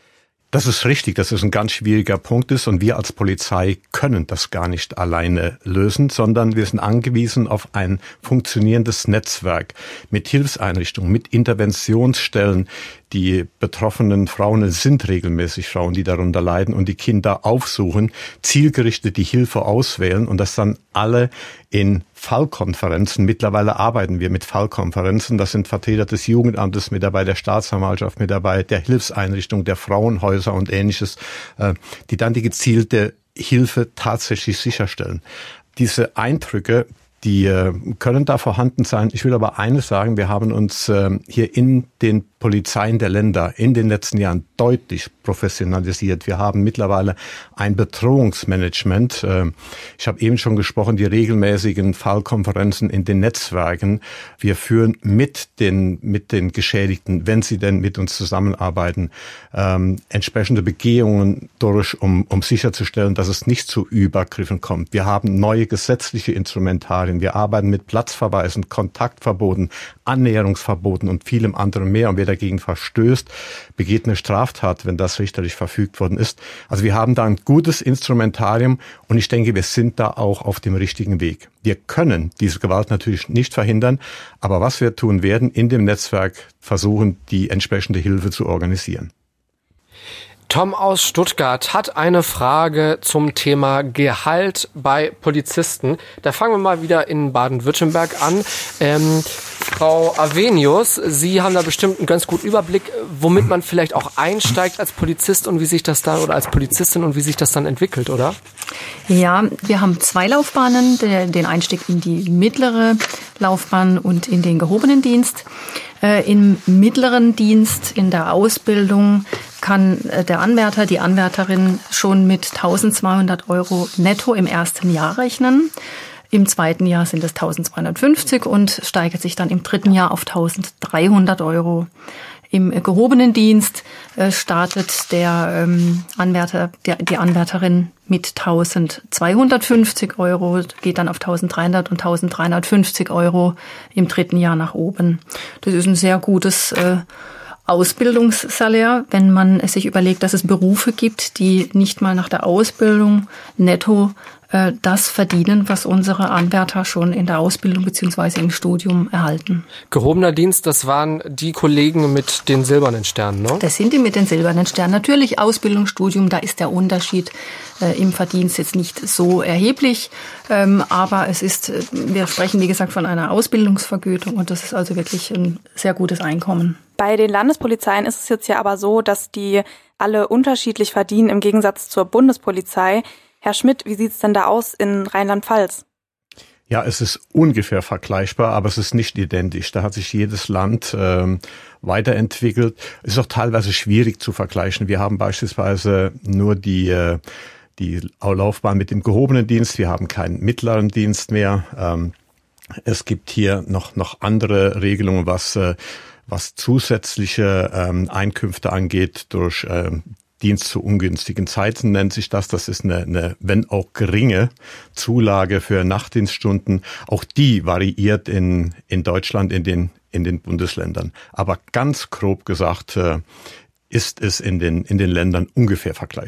Das ist richtig, dass es ein ganz schwieriger Punkt ist und wir als Polizei können das gar nicht alleine lösen, sondern wir sind angewiesen auf ein funktionierendes Netzwerk mit Hilfseinrichtungen, mit Interventionsstellen. Die betroffenen Frauen, es sind regelmäßig Frauen, die darunter leiden und die Kinder aufsuchen, zielgerichtet die Hilfe auswählen und das dann alle in Fallkonferenzen. Mittlerweile arbeiten wir mit Fallkonferenzen. Das sind Vertreter des Jugendamtes mit dabei, der Staatsanwaltschaft mit dabei, der Hilfseinrichtung, der Frauenhäuser und Ähnliches, die dann die gezielte Hilfe tatsächlich sicherstellen. Diese Eindrücke, die können da vorhanden sein. Ich will aber eines sagen, wir haben uns hier in den Polizeien der Länder in den letzten Jahren deutlich professionalisiert. Wir haben mittlerweile ein Bedrohungsmanagement. Ich habe eben schon gesprochen, die regelmäßigen Fallkonferenzen in den Netzwerken. Wir führen mit den mit den Geschädigten, wenn sie denn mit uns zusammenarbeiten, ähm, entsprechende Begehungen durch, um, um sicherzustellen, dass es nicht zu Übergriffen kommt. Wir haben neue gesetzliche Instrumentarien. Wir arbeiten mit Platzverweisen, Kontaktverboten, Annäherungsverboten und vielem anderen mehr. Und wer dagegen verstößt, begeht eine Straftat, wenn das richterlich verfügt worden ist. Also wir haben da ein gutes Instrumentarium und ich denke, wir sind da auch auf dem richtigen Weg. Wir können diese Gewalt natürlich nicht verhindern, aber was wir tun werden, in dem Netzwerk versuchen, die entsprechende Hilfe zu organisieren. Tom aus Stuttgart hat eine Frage zum Thema Gehalt bei Polizisten. Da fangen wir mal wieder in Baden-Württemberg an. Ähm, Frau Avenius, Sie haben da bestimmt einen ganz guten Überblick, womit man vielleicht auch einsteigt als Polizist und wie sich das dann, oder als Polizistin und wie sich das dann entwickelt, oder? Ja, wir haben zwei Laufbahnen, den Einstieg in die mittlere Laufbahn und in den gehobenen Dienst. Im mittleren Dienst, in der Ausbildung, kann der Anwärter, die Anwärterin schon mit eintausendzweihundert Euro netto im ersten Jahr rechnen. Im zweiten Jahr sind es eintausendzweihundertfünfzig und steigert sich dann im dritten Jahr auf eintausenddreihundert Euro. Im gehobenen Dienst startet der Anwärter, der, die Anwärterin mit eintausendzweihundertfünfzig Euro, geht dann auf eintausenddreihundert und eintausenddreihundertfünfzig Euro im dritten Jahr nach oben. Das ist ein sehr gutes äh, Ausbildungssalär, wenn man sich überlegt, dass es Berufe gibt, die nicht mal nach der Ausbildung netto äh, das verdienen, was unsere Anwärter schon in der Ausbildung beziehungsweise im Studium erhalten. Gehobener Dienst, das waren die Kollegen mit den silbernen Sternen, ne? Das sind die mit den silbernen Sternen. Natürlich Ausbildung, Studium, da ist der Unterschied äh, im Verdienst jetzt nicht so erheblich, ähm, aber es ist, äh, wir sprechen wie gesagt von einer Ausbildungsvergütung und das ist also wirklich ein sehr gutes Einkommen. Bei den Landespolizeien ist es jetzt ja aber so, dass die alle unterschiedlich verdienen im Gegensatz zur Bundespolizei. Herr Schmidt, wie sieht's denn da aus in Rheinland-Pfalz? Ja, es ist ungefähr vergleichbar, aber es ist nicht identisch. Da hat sich jedes Land ähm, weiterentwickelt. Es ist auch teilweise schwierig zu vergleichen. Wir haben beispielsweise nur die äh, die Laufbahn mit dem gehobenen Dienst. Wir haben keinen mittleren Dienst mehr. Ähm, es gibt hier noch noch andere Regelungen, was äh, was zusätzliche ähm, Einkünfte angeht durch ähm, Dienst zu ungünstigen Zeiten nennt sich das. Das ist eine, eine, wenn auch geringe Zulage für Nachtdienststunden. Auch die variiert in, in Deutschland, in den, in den Bundesländern. Aber ganz grob gesagt, äh, ist es in den, in den Ländern ungefähr vergleichbar.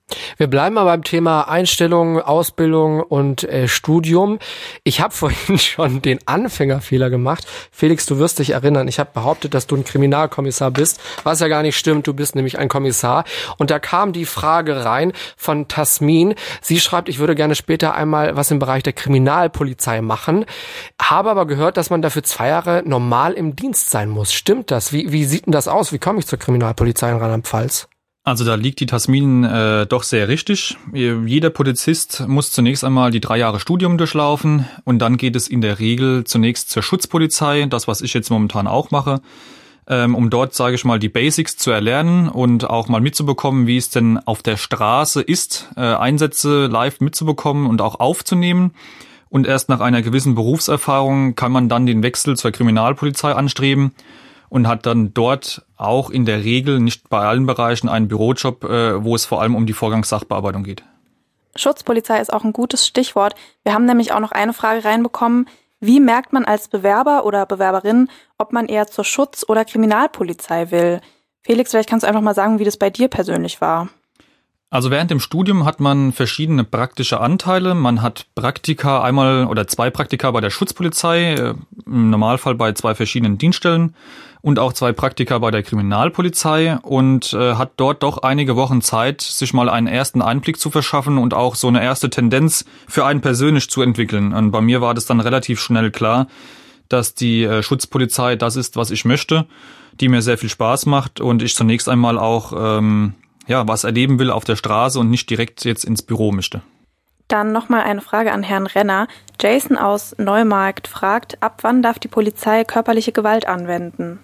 Wir bleiben mal beim Thema Einstellung, Ausbildung und äh, Studium. Ich habe vorhin schon den Anfängerfehler gemacht. Felix, du wirst dich erinnern, ich habe behauptet, dass du ein Kriminalkommissar bist, was ja gar nicht stimmt, du bist nämlich ein Kommissar. Und da kam die Frage rein von Tasmin. Sie schreibt, ich würde gerne später einmal was im Bereich der Kriminalpolizei machen, habe aber gehört, dass man dafür zwei Jahre normal im Dienst sein muss. Stimmt das? Wie, wie sieht denn das aus? Wie komme ich zur Kriminalpolizei in Rheinland-Pfalz? Also da liegt die Tasmin äh, doch sehr richtig. Jeder Polizist muss zunächst einmal die drei Jahre Studium durchlaufen und dann geht es in der Regel zunächst zur Schutzpolizei, das was ich jetzt momentan auch mache, ähm, um dort, sage ich mal, die Basics zu erlernen und auch mal mitzubekommen, wie es denn auf der Straße ist, äh, Einsätze live mitzubekommen und auch aufzunehmen. Und erst nach einer gewissen Berufserfahrung kann man dann den Wechsel zur Kriminalpolizei anstreben und hat dann dort auch in der Regel, nicht bei allen Bereichen, einen Bürojob, äh, wo es vor allem um die Vorgangssachbearbeitung geht. Schutzpolizei ist auch ein gutes Stichwort. Wir haben nämlich auch noch eine Frage reinbekommen. Wie merkt man als Bewerber oder Bewerberin, ob man eher zur Schutz- oder Kriminalpolizei will? Felix, vielleicht kannst du einfach mal sagen, wie das bei dir persönlich war. Also während dem Studium hat man verschiedene praktische Anteile. Man hat Praktika einmal oder zwei Praktika bei der Schutzpolizei, im Normalfall bei zwei verschiedenen Dienststellen und auch zwei Praktika bei der Kriminalpolizei und äh, hat dort doch einige Wochen Zeit, sich mal einen ersten Einblick zu verschaffen und auch so eine erste Tendenz für einen persönlich zu entwickeln. Und bei mir war das dann relativ schnell klar, dass die äh, Schutzpolizei das ist, was ich möchte, die mir sehr viel Spaß macht und ich zunächst einmal auch ähm, ja, was erleben will auf der Straße und nicht direkt jetzt ins Büro möchte. Dann nochmal eine Frage an Herrn Renner. Jason aus Neumarkt fragt, ab wann darf die Polizei körperliche Gewalt anwenden?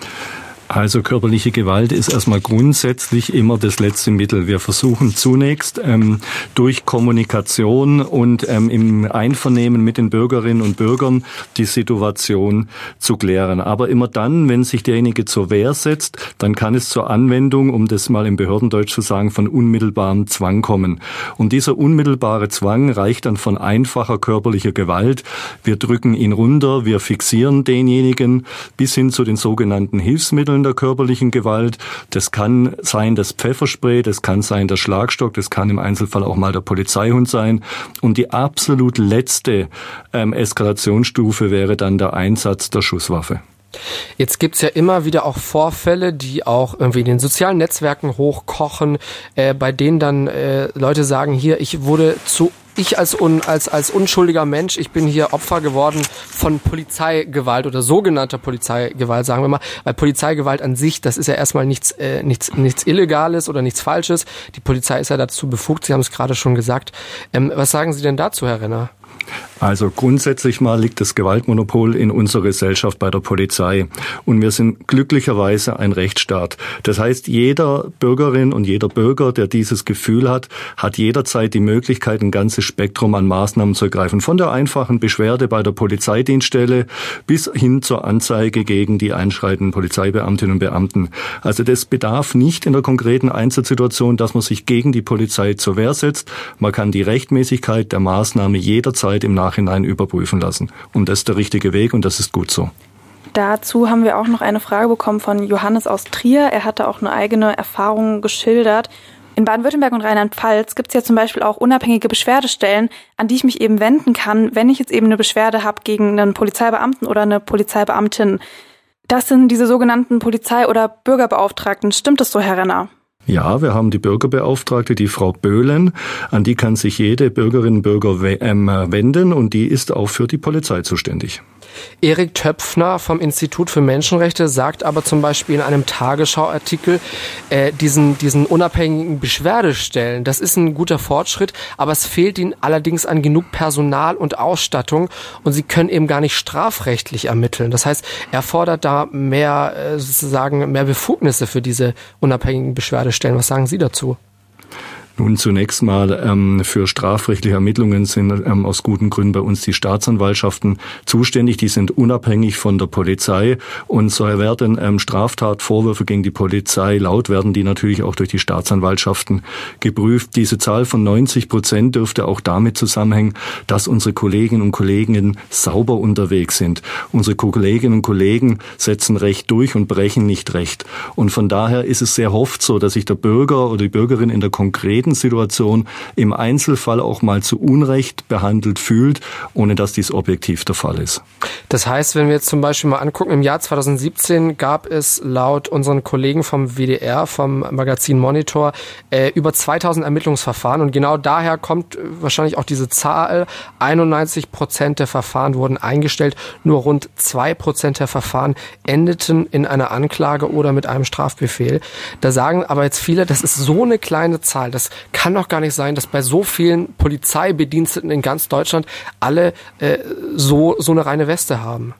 Also körperliche Gewalt ist erstmal grundsätzlich immer das letzte Mittel. Wir versuchen zunächst ähm, durch Kommunikation und ähm, im Einvernehmen mit den Bürgerinnen und Bürgern die Situation zu klären. Aber immer dann, wenn sich derjenige zur Wehr setzt, dann kann es zur Anwendung, um das mal im Behördendeutsch zu sagen, von unmittelbarem Zwang kommen. Und dieser unmittelbare Zwang reicht dann von einfacher körperlicher Gewalt. Wir drücken ihn runter, wir fixieren denjenigen bis hin zu den sogenannten Hilfsmitteln der körperlichen Gewalt. Das kann sein das Pfefferspray, das kann sein der Schlagstock, das kann im Einzelfall auch mal der Polizeihund sein. Und die absolut letzte ähm, Eskalationsstufe wäre dann der Einsatz der Schusswaffe. Jetzt gibt's ja immer wieder auch Vorfälle, die auch irgendwie in den sozialen Netzwerken hochkochen, äh, bei denen dann äh, Leute sagen, hier, ich wurde zu Ich als, un, als, als unschuldiger Mensch, ich bin hier Opfer geworden von Polizeigewalt oder sogenannter Polizeigewalt, sagen wir mal. Weil Polizeigewalt an sich, das ist ja erstmal nichts, äh, nichts, nichts Illegales oder nichts Falsches. Die Polizei ist ja dazu befugt, Sie haben es gerade schon gesagt. Ähm, was sagen Sie denn dazu, Herr Renner? Also grundsätzlich mal liegt das Gewaltmonopol in unserer Gesellschaft bei der Polizei. Und wir sind glücklicherweise ein Rechtsstaat. Das heißt, jeder Bürgerin und jeder Bürger, der dieses Gefühl hat, hat jederzeit die Möglichkeit, ein ganzes Spektrum an Maßnahmen zu ergreifen. Von der einfachen Beschwerde bei der Polizeidienststelle bis hin zur Anzeige gegen die einschreitenden Polizeibeamtinnen und Beamten. Also das bedarf nicht in der konkreten Einzelsituation, dass man sich gegen die Polizei zur Wehr setzt. Man kann die Rechtmäßigkeit der Maßnahme jederzeit im Nachhinein überprüfen lassen. Und das ist der richtige Weg und das ist gut so. Dazu haben wir auch noch eine Frage bekommen von Johannes aus Trier. Er hatte auch eine eigene Erfahrung geschildert. In Baden-Württemberg und Rheinland-Pfalz gibt es ja zum Beispiel auch unabhängige Beschwerdestellen, an die ich mich eben wenden kann, wenn ich jetzt eben eine Beschwerde habe gegen einen Polizeibeamten oder eine Polizeibeamtin. Das sind diese sogenannten Polizei- oder Bürgerbeauftragten. Stimmt das so, Herr Renner? Ja, wir haben die Bürgerbeauftragte, die Frau Böhlen, an die kann sich jede Bürgerin und Bürger wenden und die ist auch für die Polizei zuständig. Erik Töpfner vom Institut für Menschenrechte sagt aber zum Beispiel in einem Tagesschau-Artikel, äh, diesen, diesen unabhängigen Beschwerdestellen, das ist ein guter Fortschritt, aber es fehlt ihnen allerdings an genug Personal und Ausstattung und sie können eben gar nicht strafrechtlich ermitteln. Das heißt, er fordert da mehr, äh, sozusagen, mehr Befugnisse für diese unabhängigen Beschwerdestellen. Was sagen Sie dazu? Nun, zunächst mal ähm, für strafrechtliche Ermittlungen sind ähm, aus guten Gründen bei uns die Staatsanwaltschaften zuständig. Die sind unabhängig von der Polizei und so werden ähm, Straftatvorwürfe gegen die Polizei laut, werden die natürlich auch durch die Staatsanwaltschaften geprüft. Diese Zahl von neunzig Prozent dürfte auch damit zusammenhängen, dass unsere Kolleginnen und Kollegen sauber unterwegs sind. Unsere Kolleginnen und Kollegen setzen Recht durch und brechen nicht Recht. Und von daher ist es sehr oft so, dass sich der Bürger oder die Bürgerin in der konkreten konkreten Situation im Einzelfall auch mal zu Unrecht behandelt fühlt, ohne dass dies objektiv der Fall ist. Das heißt, wenn wir jetzt zum Beispiel mal angucken, im Jahr zweitausendsiebzehn gab es laut unseren Kollegen vom W D R, vom Magazin Monitor, äh, über zweitausend Ermittlungsverfahren und genau daher kommt wahrscheinlich auch diese Zahl. einundneunzig Prozent der Verfahren wurden eingestellt, nur rund zwei Prozent der Verfahren endeten in einer Anklage oder mit einem Strafbefehl. Da sagen aber jetzt viele, das ist so eine kleine Zahl, das kann doch gar nicht sein, dass bei so vielen Polizeibediensteten in ganz Deutschland alle äh, so so eine reine Weste haben.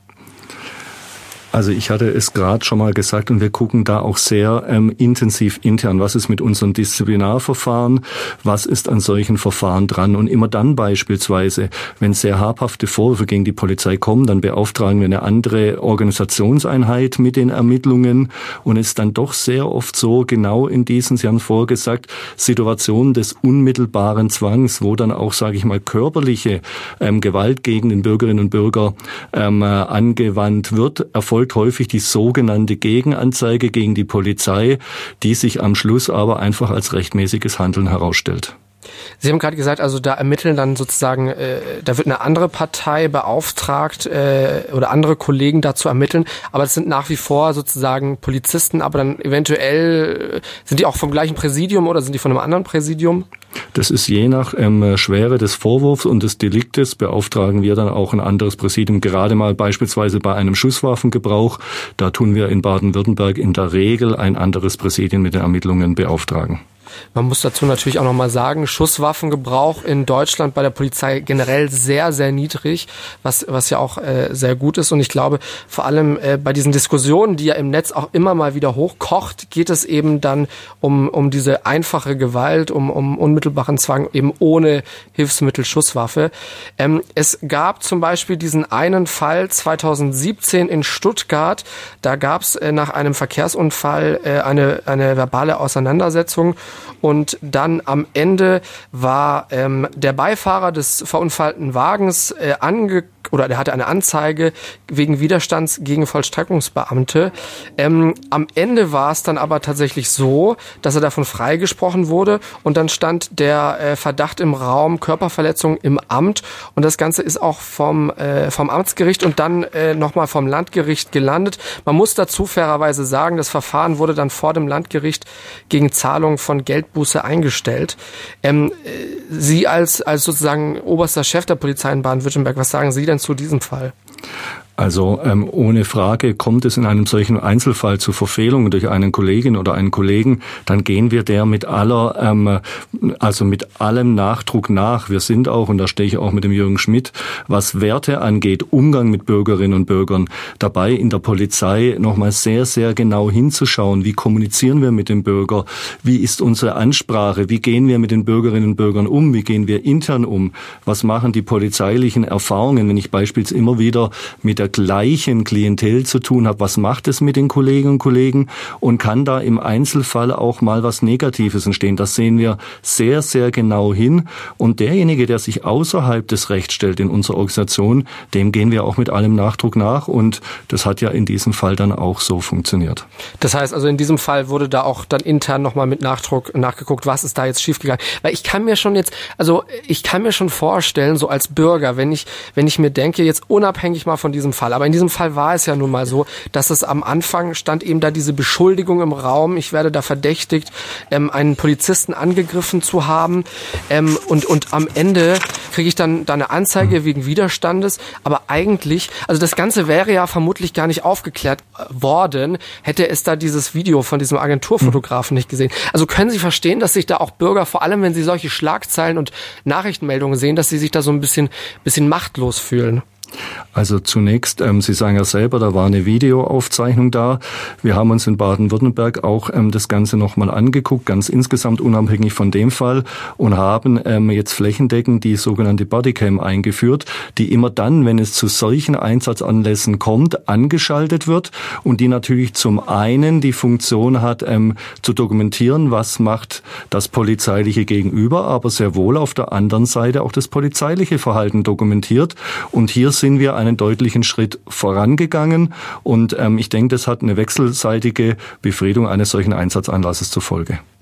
Also ich hatte es gerade schon mal gesagt und wir gucken da auch sehr ähm, intensiv intern. Was ist mit unseren Disziplinarverfahren? Was ist an solchen Verfahren dran? Und immer dann beispielsweise, wenn sehr habhafte Vorwürfe gegen die Polizei kommen, dann beauftragen wir eine andere Organisationseinheit mit den Ermittlungen und es ist dann doch sehr oft so, genau in diesen, Sie haben es vorher gesagt, Situationen des unmittelbaren Zwangs, wo dann auch, sage ich mal, körperliche ähm, Gewalt gegen den Bürgerinnen und Bürger ähm, äh, angewandt wird, erfolgt häufig die sogenannte Gegenanzeige gegen die Polizei, die sich am Schluss aber einfach als rechtmäßiges Handeln herausstellt. Sie haben gerade gesagt, also da ermitteln dann sozusagen, äh, da wird eine andere Partei beauftragt äh, oder andere Kollegen dazu ermitteln, aber es sind nach wie vor sozusagen Polizisten, aber dann eventuell äh, sind die auch vom gleichen Präsidium oder sind die von einem anderen Präsidium? Das ist je nach ähm, Schwere des Vorwurfs und des Deliktes beauftragen wir dann auch ein anderes Präsidium, gerade mal beispielsweise bei einem Schusswaffengebrauch. Da tun wir in Baden-Württemberg in der Regel ein anderes Präsidium mit den Ermittlungen beauftragen. Man muss dazu natürlich auch nochmal sagen, Schusswaffengebrauch in Deutschland bei der Polizei generell sehr, sehr niedrig, was was ja auch äh, sehr gut ist. Und ich glaube, vor allem äh, bei diesen Diskussionen, die ja im Netz auch immer mal wieder hochkocht, geht es eben dann um um diese einfache Gewalt, um um unmittelbaren Zwang, eben ohne Hilfsmittel Schusswaffe. Ähm, es gab zum Beispiel diesen einen Fall zweitausendsiebzehn in Stuttgart, da gab es äh, nach einem Verkehrsunfall äh, eine eine verbale Auseinandersetzung. Und dann am Ende war ähm, der Beifahrer des verunfallten Wagens äh, ange oder der hatte eine Anzeige wegen Widerstands gegen Vollstreckungsbeamte. Ähm, am Ende war es dann aber tatsächlich so, dass er davon freigesprochen wurde und dann stand der äh, Verdacht im Raum Körperverletzung im Amt und das Ganze ist auch vom äh, vom Amtsgericht und dann äh, nochmal vom Landgericht gelandet. Man muss dazu fairerweise sagen, das Verfahren wurde dann vor dem Landgericht gegen Zahlung von Geldbuße eingestellt. Ähm, Sie als als sozusagen oberster Chef der Polizei in Baden-Württemberg, was sagen Sie denn zu diesem Fall? Also ähm, ohne Frage kommt es in einem solchen Einzelfall zu Verfehlungen durch einen Kollegin oder einen Kollegen, dann gehen wir der mit aller, ähm, also mit allem Nachdruck nach. Wir sind auch, und da stehe ich auch mit dem Jürgen Schmidt, was Werte angeht, Umgang mit Bürgerinnen und Bürgern, dabei in der Polizei nochmal sehr, sehr genau hinzuschauen, wie kommunizieren wir mit dem Bürger, wie ist unsere Ansprache, wie gehen wir mit den Bürgerinnen und Bürgern um, wie gehen wir intern um, was machen die polizeilichen Erfahrungen, wenn ich beispielsweise immer wieder mit der gleichen Klientel zu tun habe, was macht es mit den Kolleginnen und Kollegen und kann da im Einzelfall auch mal was Negatives entstehen. Das sehen wir sehr, sehr genau hin und derjenige, der sich außerhalb des Rechts stellt in unserer Organisation, dem gehen wir auch mit allem Nachdruck nach und das hat ja in diesem Fall dann auch so funktioniert. Das heißt also, in diesem Fall wurde da auch dann intern nochmal mit Nachdruck nachgeguckt, was ist da jetzt schiefgegangen? Weil ich kann mir schon jetzt, also ich kann mir schon vorstellen, so als Bürger, wenn ich, wenn ich mir denke, jetzt unabhängig mal von diesem Fall, aber in diesem Fall war es ja nun mal so, dass es am Anfang stand eben da diese Beschuldigung im Raum, ich werde da verdächtigt, ähm, einen Polizisten angegriffen zu haben ähm, und und am Ende kriege ich dann, dann eine Anzeige wegen Widerstandes, aber eigentlich, also das Ganze wäre ja vermutlich gar nicht aufgeklärt worden, hätte es da dieses Video von diesem Agenturfotografen nicht gesehen. Also können Sie verstehen, dass sich da auch Bürger, vor allem wenn sie solche Schlagzeilen und Nachrichtenmeldungen sehen, dass sie sich da so ein bisschen, bisschen machtlos fühlen? Also zunächst, ähm, Sie sagen ja selber, da war eine Videoaufzeichnung da. Wir haben uns in Baden-Württemberg auch ähm, das Ganze nochmal angeguckt, ganz insgesamt unabhängig von dem Fall und haben ähm, jetzt flächendeckend die sogenannte Bodycam eingeführt, die immer dann, wenn es zu solchen Einsatzanlässen kommt, angeschaltet wird und die natürlich zum einen die Funktion hat, ähm, zu dokumentieren, was macht das polizeiliche Gegenüber, aber sehr wohl auf der anderen Seite auch das polizeiliche Verhalten dokumentiert und hier sind wir einen deutlichen Schritt vorangegangen und ähm, ich denke, das hat eine wechselseitige Befriedung eines solchen Einsatzanlasses zur Folge.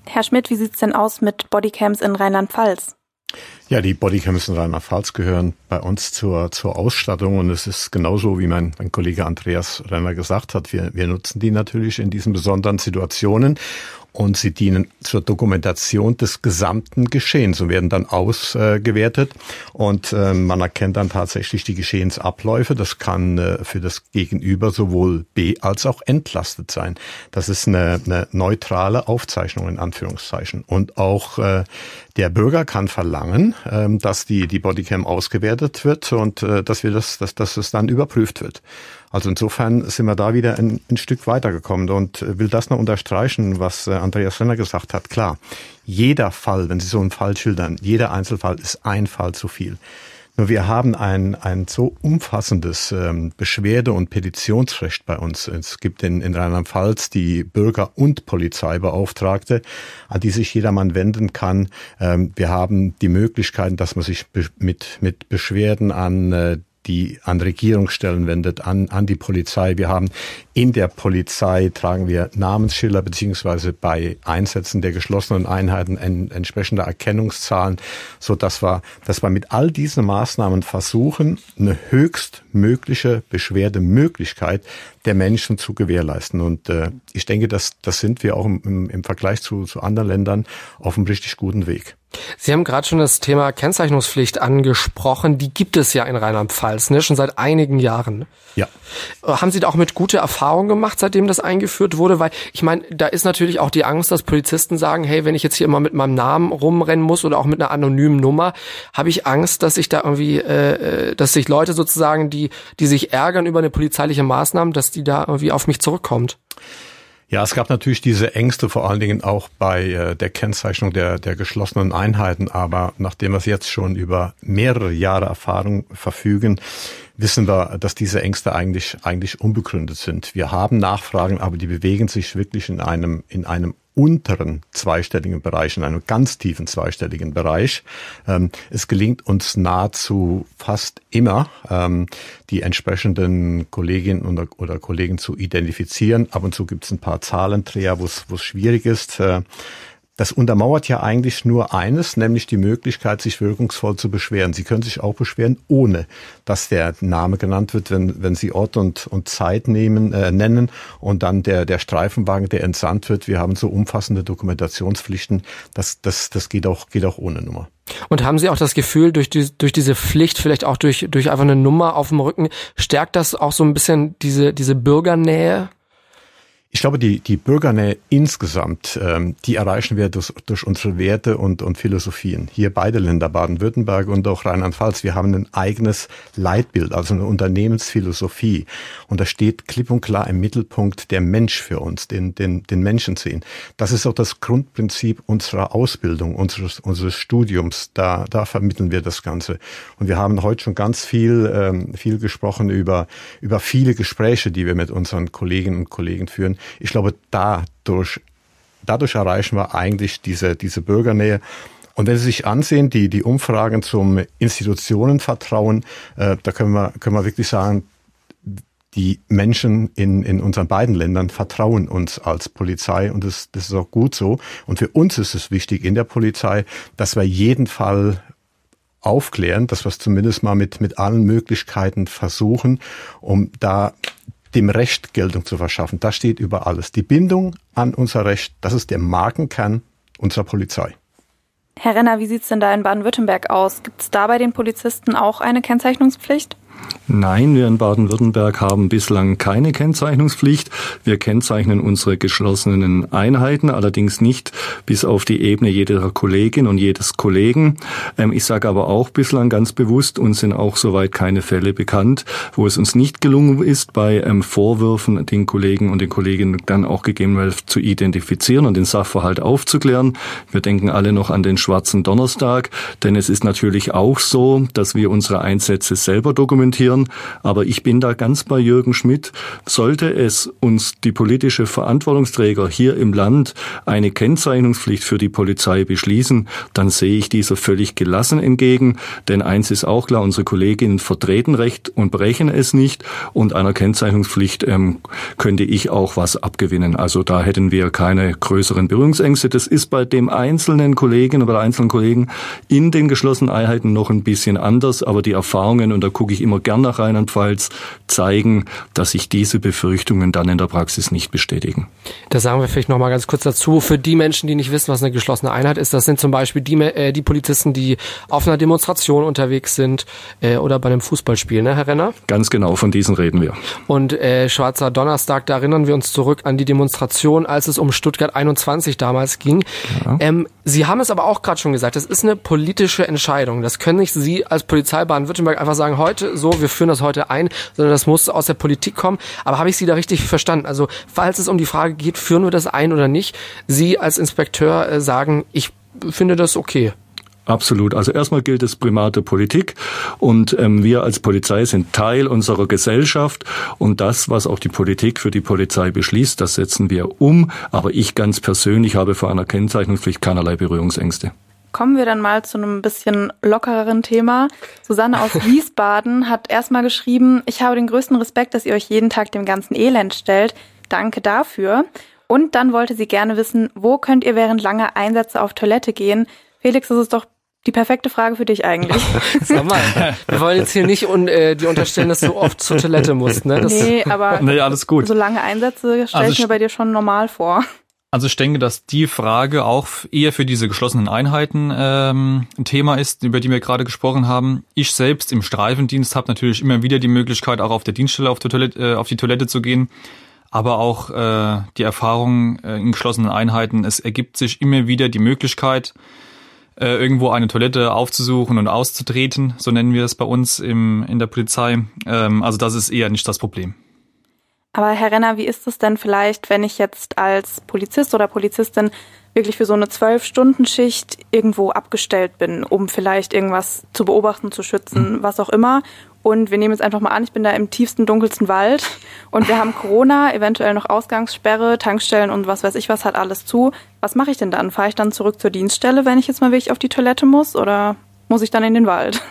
Herr Schmidt, wie sieht's denn aus mit Bodycams in Rheinland-Pfalz? Ja, die Bodycams in Rheinland-Pfalz gehören bei uns zur, zur Ausstattung und es ist genauso, wie mein, mein Kollege Andreas Renner gesagt hat. Wir, wir nutzen die natürlich in diesen besonderen Situationen und sie dienen zur Dokumentation des gesamten Geschehens und werden dann ausgewertet und äh, man erkennt dann tatsächlich die Geschehensabläufe. Das kann äh, für das Gegenüber sowohl be- als auch entlastet sein. Das ist eine, eine neutrale Aufzeichnung in Anführungszeichen. Und auch äh, der Bürger kann verlangen, äh, dass die, die Bodycam ausgewertet wird und äh, dass wir das, dass, dass es dann überprüft wird. Also insofern sind wir da wieder ein, ein Stück weitergekommen und will das noch unterstreichen, was Andreas Renner gesagt hat. Klar, jeder Fall, wenn Sie so einen Fall schildern, jeder Einzelfall ist ein Fall zu viel. Nur wir haben ein, ein so umfassendes ähm, Beschwerde- und Petitionsrecht bei uns. Es gibt in, in Rheinland-Pfalz die Bürger- und Polizeibeauftragte, an die sich jedermann wenden kann. Ähm, wir haben die Möglichkeiten, dass man sich be- mit, mit Beschwerden an äh, die an Regierungsstellen wendet, an, an die Polizei. Wir haben in der Polizei tragen wir Namensschilder beziehungsweise bei Einsätzen der geschlossenen Einheiten en, entsprechende Erkennungszahlen, so dass wir, dass wir mit all diesen Maßnahmen versuchen, eine höchstmögliche Beschwerdemöglichkeit der Menschen zu gewährleisten. Und äh, ich denke, das, das sind wir auch im, im Vergleich zu, zu anderen Ländern auf einem richtig guten Weg. Sie haben gerade schon das Thema Kennzeichnungspflicht angesprochen. Die gibt es ja in Rheinland-Pfalz, ne? Schon seit einigen Jahren. Ja. Haben Sie da auch mit gute Erfahrungen gemacht, seitdem das eingeführt wurde? Weil ich meine, da ist natürlich auch die Angst, dass Polizisten sagen, hey, wenn ich jetzt hier immer mit meinem Namen rumrennen muss oder auch mit einer anonymen Nummer, habe ich Angst, dass sich da irgendwie, äh, dass sich Leute sozusagen, die die sich ärgern über eine polizeiliche Maßnahme, dass die da irgendwie auf mich zurückkommt. Ja, es gab natürlich diese Ängste vor allen Dingen auch bei äh, der Kennzeichnung der, der geschlossenen Einheiten. Aber nachdem wir jetzt schon über mehrere Jahre Erfahrung verfügen, wissen wir, dass diese Ängste eigentlich, eigentlich unbegründet sind. Wir haben Nachfragen, aber die bewegen sich wirklich in einem, in einem unteren zweistelligen Bereich, in einem ganz tiefen zweistelligen Bereich. Ähm, es gelingt uns nahezu fast immer, ähm, die entsprechenden Kolleginnen oder, oder Kollegen zu identifizieren. Ab und zu gibt es ein paar Zahlendreher, wo es wo es schwierig ist. Äh, Das untermauert ja eigentlich nur eines, nämlich die Möglichkeit, sich wirkungsvoll zu beschweren. Sie können sich auch beschweren, ohne dass der Name genannt wird, wenn, wenn Sie Ort und, und Zeit nehmen, äh, nennen und dann der, der Streifenwagen, der entsandt wird. Wir haben so umfassende Dokumentationspflichten. Das, das, das geht auch, geht auch ohne Nummer. Und haben Sie auch das Gefühl, durch die, durch diese Pflicht, vielleicht auch durch, durch einfach eine Nummer auf dem Rücken, stärkt das auch so ein bisschen diese, diese Bürgernähe? Ich glaube, die, die Bürgernähe insgesamt, ähm, die erreichen wir durch, durch unsere Werte und, und Philosophien. Hier beide Länder, Baden-Württemberg und auch Rheinland-Pfalz, wir haben ein eigenes Leitbild, also eine Unternehmensphilosophie. Und da steht klipp und klar im Mittelpunkt der Mensch für uns, den, den, den Menschen sehen. Das ist auch das Grundprinzip unserer Ausbildung, unseres, unseres Studiums. Da, da vermitteln wir das Ganze. Und wir haben heute schon ganz viel, ähm, viel gesprochen über, über viele Gespräche, die wir mit unseren Kolleginnen und Kollegen führen. Ich glaube, dadurch, dadurch erreichen wir eigentlich diese, diese Bürgernähe. Und wenn Sie sich ansehen, die, die Umfragen zum Institutionenvertrauen, äh, da können wir, können wir wirklich sagen, die Menschen in, in unseren beiden Ländern vertrauen uns als Polizei und das, das ist auch gut so. Und für uns ist es wichtig in der Polizei, dass wir jeden Fall aufklären, dass wir es zumindest mal mit, mit allen Möglichkeiten versuchen, um da dem Recht Geltung zu verschaffen. Das steht über alles. Die Bindung an unser Recht, das ist der Markenkern unserer Polizei. Herr Renner, wie sieht's denn da in Baden-Württemberg aus? Gibt es da bei den Polizisten auch eine Kennzeichnungspflicht? Nein, wir in Baden-Württemberg haben bislang keine Kennzeichnungspflicht. Wir kennzeichnen unsere geschlossenen Einheiten, allerdings nicht bis auf die Ebene jeder Kollegin und jedes Kollegen. Ähm, ich sage aber auch bislang ganz bewusst, uns sind auch soweit keine Fälle bekannt, wo es uns nicht gelungen ist, bei ähm, Vorwürfen den Kollegen und den Kolleginnen dann auch gegebenenfalls zu identifizieren und den Sachverhalt aufzuklären. Wir denken alle noch an den schwarzen Donnerstag, denn es ist natürlich auch so, dass wir unsere Einsätze selber dokumentieren argumentieren. Aber ich bin da ganz bei Jürgen Schmidt. Sollte es uns die politische Verantwortungsträger hier im Land eine Kennzeichnungspflicht für die Polizei beschließen, dann sehe ich dieser völlig gelassen entgegen. Denn eins ist auch klar, unsere Kolleginnen vertreten Recht und brechen es nicht. Und einer Kennzeichnungspflicht ähm, könnte ich auch was abgewinnen. Also da hätten wir keine größeren Berührungsängste. Das ist bei dem einzelnen Kollegen oder einzelnen Kollegen in den geschlossenen Einheiten noch ein bisschen anders. Aber die Erfahrungen, und da gucke ich immer gern nach Rheinland-Pfalz, zeigen, dass sich diese Befürchtungen dann in der Praxis nicht bestätigen. Da sagen wir vielleicht noch mal ganz kurz dazu, für die Menschen, die nicht wissen, was eine geschlossene Einheit ist, das sind zum Beispiel die, äh, die Polizisten, die auf einer Demonstration unterwegs sind äh, oder bei einem Fußballspiel, ne, Herr Renner? Ganz genau, von diesen reden wir. Und äh, Schwarzer Donnerstag, da erinnern wir uns zurück an die Demonstration, als es um Stuttgart einundzwanzig damals ging. Ja. Ähm, Sie haben es aber auch gerade schon gesagt, das ist eine politische Entscheidung. Das können nicht Sie als Polizei Baden-Württemberg einfach sagen, heute so, wir führen das heute ein, sondern das muss aus der Politik kommen. Aber habe ich Sie da richtig verstanden? Also falls es um die Frage geht, führen wir das ein oder nicht, Sie als Inspekteur äh, sagen, ich finde das okay. Absolut. Also erstmal gilt das Primat der Politik und ähm, wir als Polizei sind Teil unserer Gesellschaft und das, was auch die Politik für die Polizei beschließt, das setzen wir um. Aber ich ganz persönlich habe vor einer Kennzeichnungspflicht keinerlei Berührungsängste. Kommen wir dann mal zu einem bisschen lockereren Thema. Susanne aus Wiesbaden hat erstmal geschrieben, ich habe den größten Respekt, dass ihr euch jeden Tag dem ganzen Elend stellt. Danke dafür. Und dann wollte sie gerne wissen, wo könnt ihr während langer Einsätze auf Toilette gehen? Felix, das ist doch die perfekte Frage für dich eigentlich. Sag mal, wir wollen jetzt hier nicht un, äh, dir unterstellen, dass du oft zur Toilette musst, ne? Das nee, aber nee, alles gut. So lange Einsätze stelle also ich mir bei dir schon normal vor. Also ich denke, dass die Frage auch eher für diese geschlossenen Einheiten ähm, ein Thema ist, über die wir gerade gesprochen haben. Ich selbst im Streifendienst habe natürlich immer wieder die Möglichkeit, auch auf der Dienststelle auf, der Toilette, äh, auf die Toilette zu gehen. Aber auch äh, die Erfahrung äh, in geschlossenen Einheiten, es ergibt sich immer wieder die Möglichkeit, äh, irgendwo eine Toilette aufzusuchen und auszutreten, so nennen wir es bei uns im in der Polizei. Ähm, also das ist eher nicht das Problem. Aber Herr Renner, wie ist es denn vielleicht, wenn ich jetzt als Polizist oder Polizistin wirklich für so eine zwölf-Stunden-Schicht irgendwo abgestellt bin, um vielleicht irgendwas zu beobachten, zu schützen, mhm. was auch immer. Und wir nehmen jetzt einfach mal an, ich bin da im tiefsten, dunkelsten Wald und wir haben Corona, eventuell noch Ausgangssperre, Tankstellen und was weiß ich was, hat alles zu. Was mache ich denn dann? Fahre ich dann zurück zur Dienststelle, wenn ich jetzt mal wirklich auf die Toilette muss, oder muss ich dann in den Wald?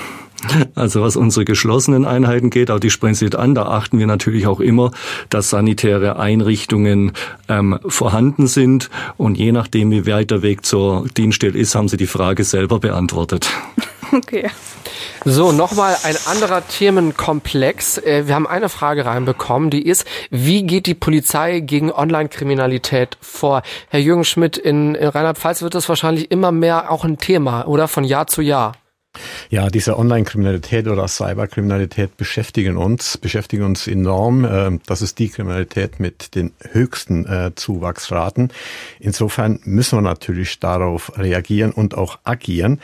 Also was unsere geschlossenen Einheiten geht, auch die sprechen Sie an, da achten wir natürlich auch immer, dass sanitäre Einrichtungen ähm, vorhanden sind. Und je nachdem, wie weit der Weg zur Dienststelle ist, haben Sie die Frage selber beantwortet. Okay. So, nochmal ein anderer Themenkomplex. Wir haben eine Frage reinbekommen, die ist, wie geht die Polizei gegen Online-Kriminalität vor? Herr Jürgen Schmidt, in Rheinland-Pfalz wird das wahrscheinlich immer mehr auch ein Thema, oder? Von Jahr zu Jahr. Ja, diese Online-Kriminalität oder Cyberkriminalität beschäftigen uns, beschäftigen uns enorm. Das ist die Kriminalität mit den höchsten Zuwachsraten. Insofern müssen wir natürlich darauf reagieren und auch agieren.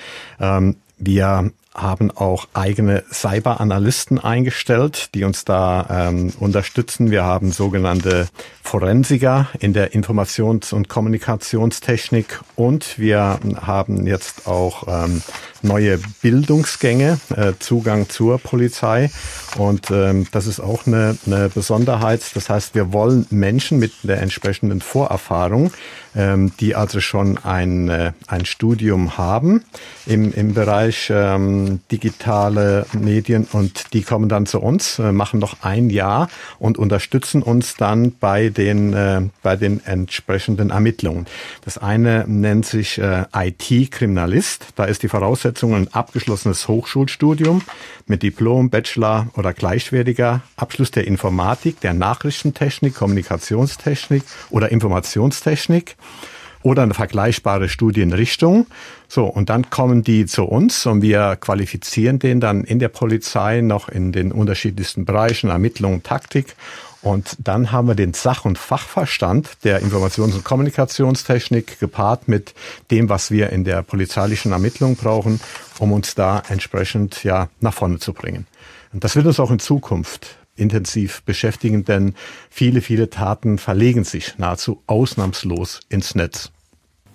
Wir haben auch eigene Cyberanalysten eingestellt, die uns da ähm, unterstützen. Wir haben sogenannte Forensiker in der Informations- und Kommunikationstechnik und wir haben jetzt auch ähm, neue Bildungsgänge, äh, Zugang zur Polizei und ähm, das ist auch eine, eine Besonderheit. Das heißt, wir wollen Menschen mit der entsprechenden Vorerfahrung, ähm, die also schon ein, äh, ein Studium haben im, im Bereich ähm, digitale Medien und die kommen dann zu uns, äh, machen noch ein Jahr und unterstützen uns dann bei den äh, bei den entsprechenden Ermittlungen. Das eine nennt sich äh, I T-Kriminalist. Da ist die Voraussetzung ein abgeschlossenes Hochschulstudium mit Diplom, Bachelor oder gleichwertiger Abschluss der Informatik, der Nachrichtentechnik, Kommunikationstechnik oder Informationstechnik. Oder eine vergleichbare Studienrichtung. So, und dann kommen die zu uns und wir qualifizieren den dann in der Polizei noch in den unterschiedlichsten Bereichen, Ermittlung, Taktik. Und dann haben wir den Sach- und Fachverstand der Informations- und Kommunikationstechnik gepaart mit dem, was wir in der polizeilichen Ermittlung brauchen, um uns da entsprechend ja nach vorne zu bringen. Und das wird uns auch in Zukunft intensiv beschäftigen, denn viele, viele Taten verlegen sich nahezu ausnahmslos ins Netz.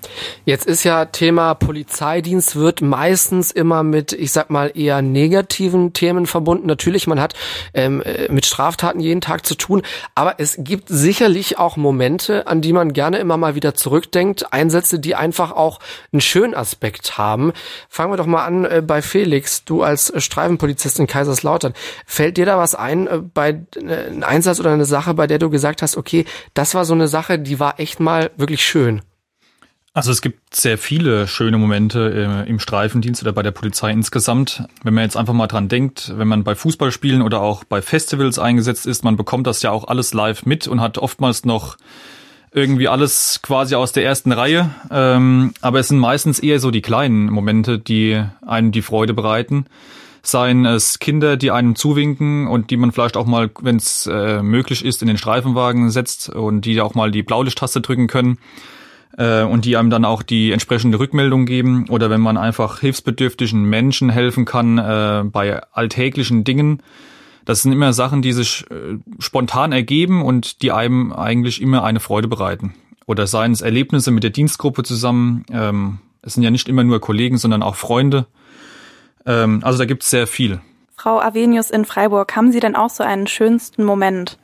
Jetzt ist ja Thema Polizeidienst wird meistens immer mit, ich sag mal, eher negativen Themen verbunden. Natürlich, man hat ähm, mit Straftaten jeden Tag zu tun, aber es gibt sicherlich auch Momente, an die man gerne immer mal wieder zurückdenkt, Einsätze, die einfach auch einen schönen Aspekt haben. Fangen wir doch mal an äh, bei Felix, du als Streifenpolizist in Kaiserslautern. Fällt dir da was ein äh, bei äh, einem Einsatz oder eine Sache, bei der du gesagt hast, okay, das war so eine Sache, die war echt mal wirklich schön? Also es gibt sehr viele schöne Momente äh, im Streifendienst oder bei der Polizei insgesamt. Wenn man jetzt einfach mal dran denkt, wenn man bei Fußballspielen oder auch bei Festivals eingesetzt ist, man bekommt das ja auch alles live mit und hat oftmals noch irgendwie alles quasi aus der ersten Reihe. Ähm, aber es sind meistens eher so die kleinen Momente, die einem die Freude bereiten. Seien es Kinder, die einem zuwinken und die man vielleicht auch mal, wenn es äh, möglich ist, in den Streifenwagen setzt und die auch mal die Blaulichttaste drücken können. Und die einem dann auch die entsprechende Rückmeldung geben. Oder wenn man einfach hilfsbedürftigen Menschen helfen kann äh, bei alltäglichen Dingen. Das sind immer Sachen, die sich äh, spontan ergeben und die einem eigentlich immer eine Freude bereiten. Oder seien es Erlebnisse mit der Dienstgruppe zusammen. Ähm, es sind ja nicht immer nur Kollegen, sondern auch Freunde. Ähm, also da gibt es sehr viel. Frau Avenius in Freiburg, haben Sie denn auch so einen schönsten Moment?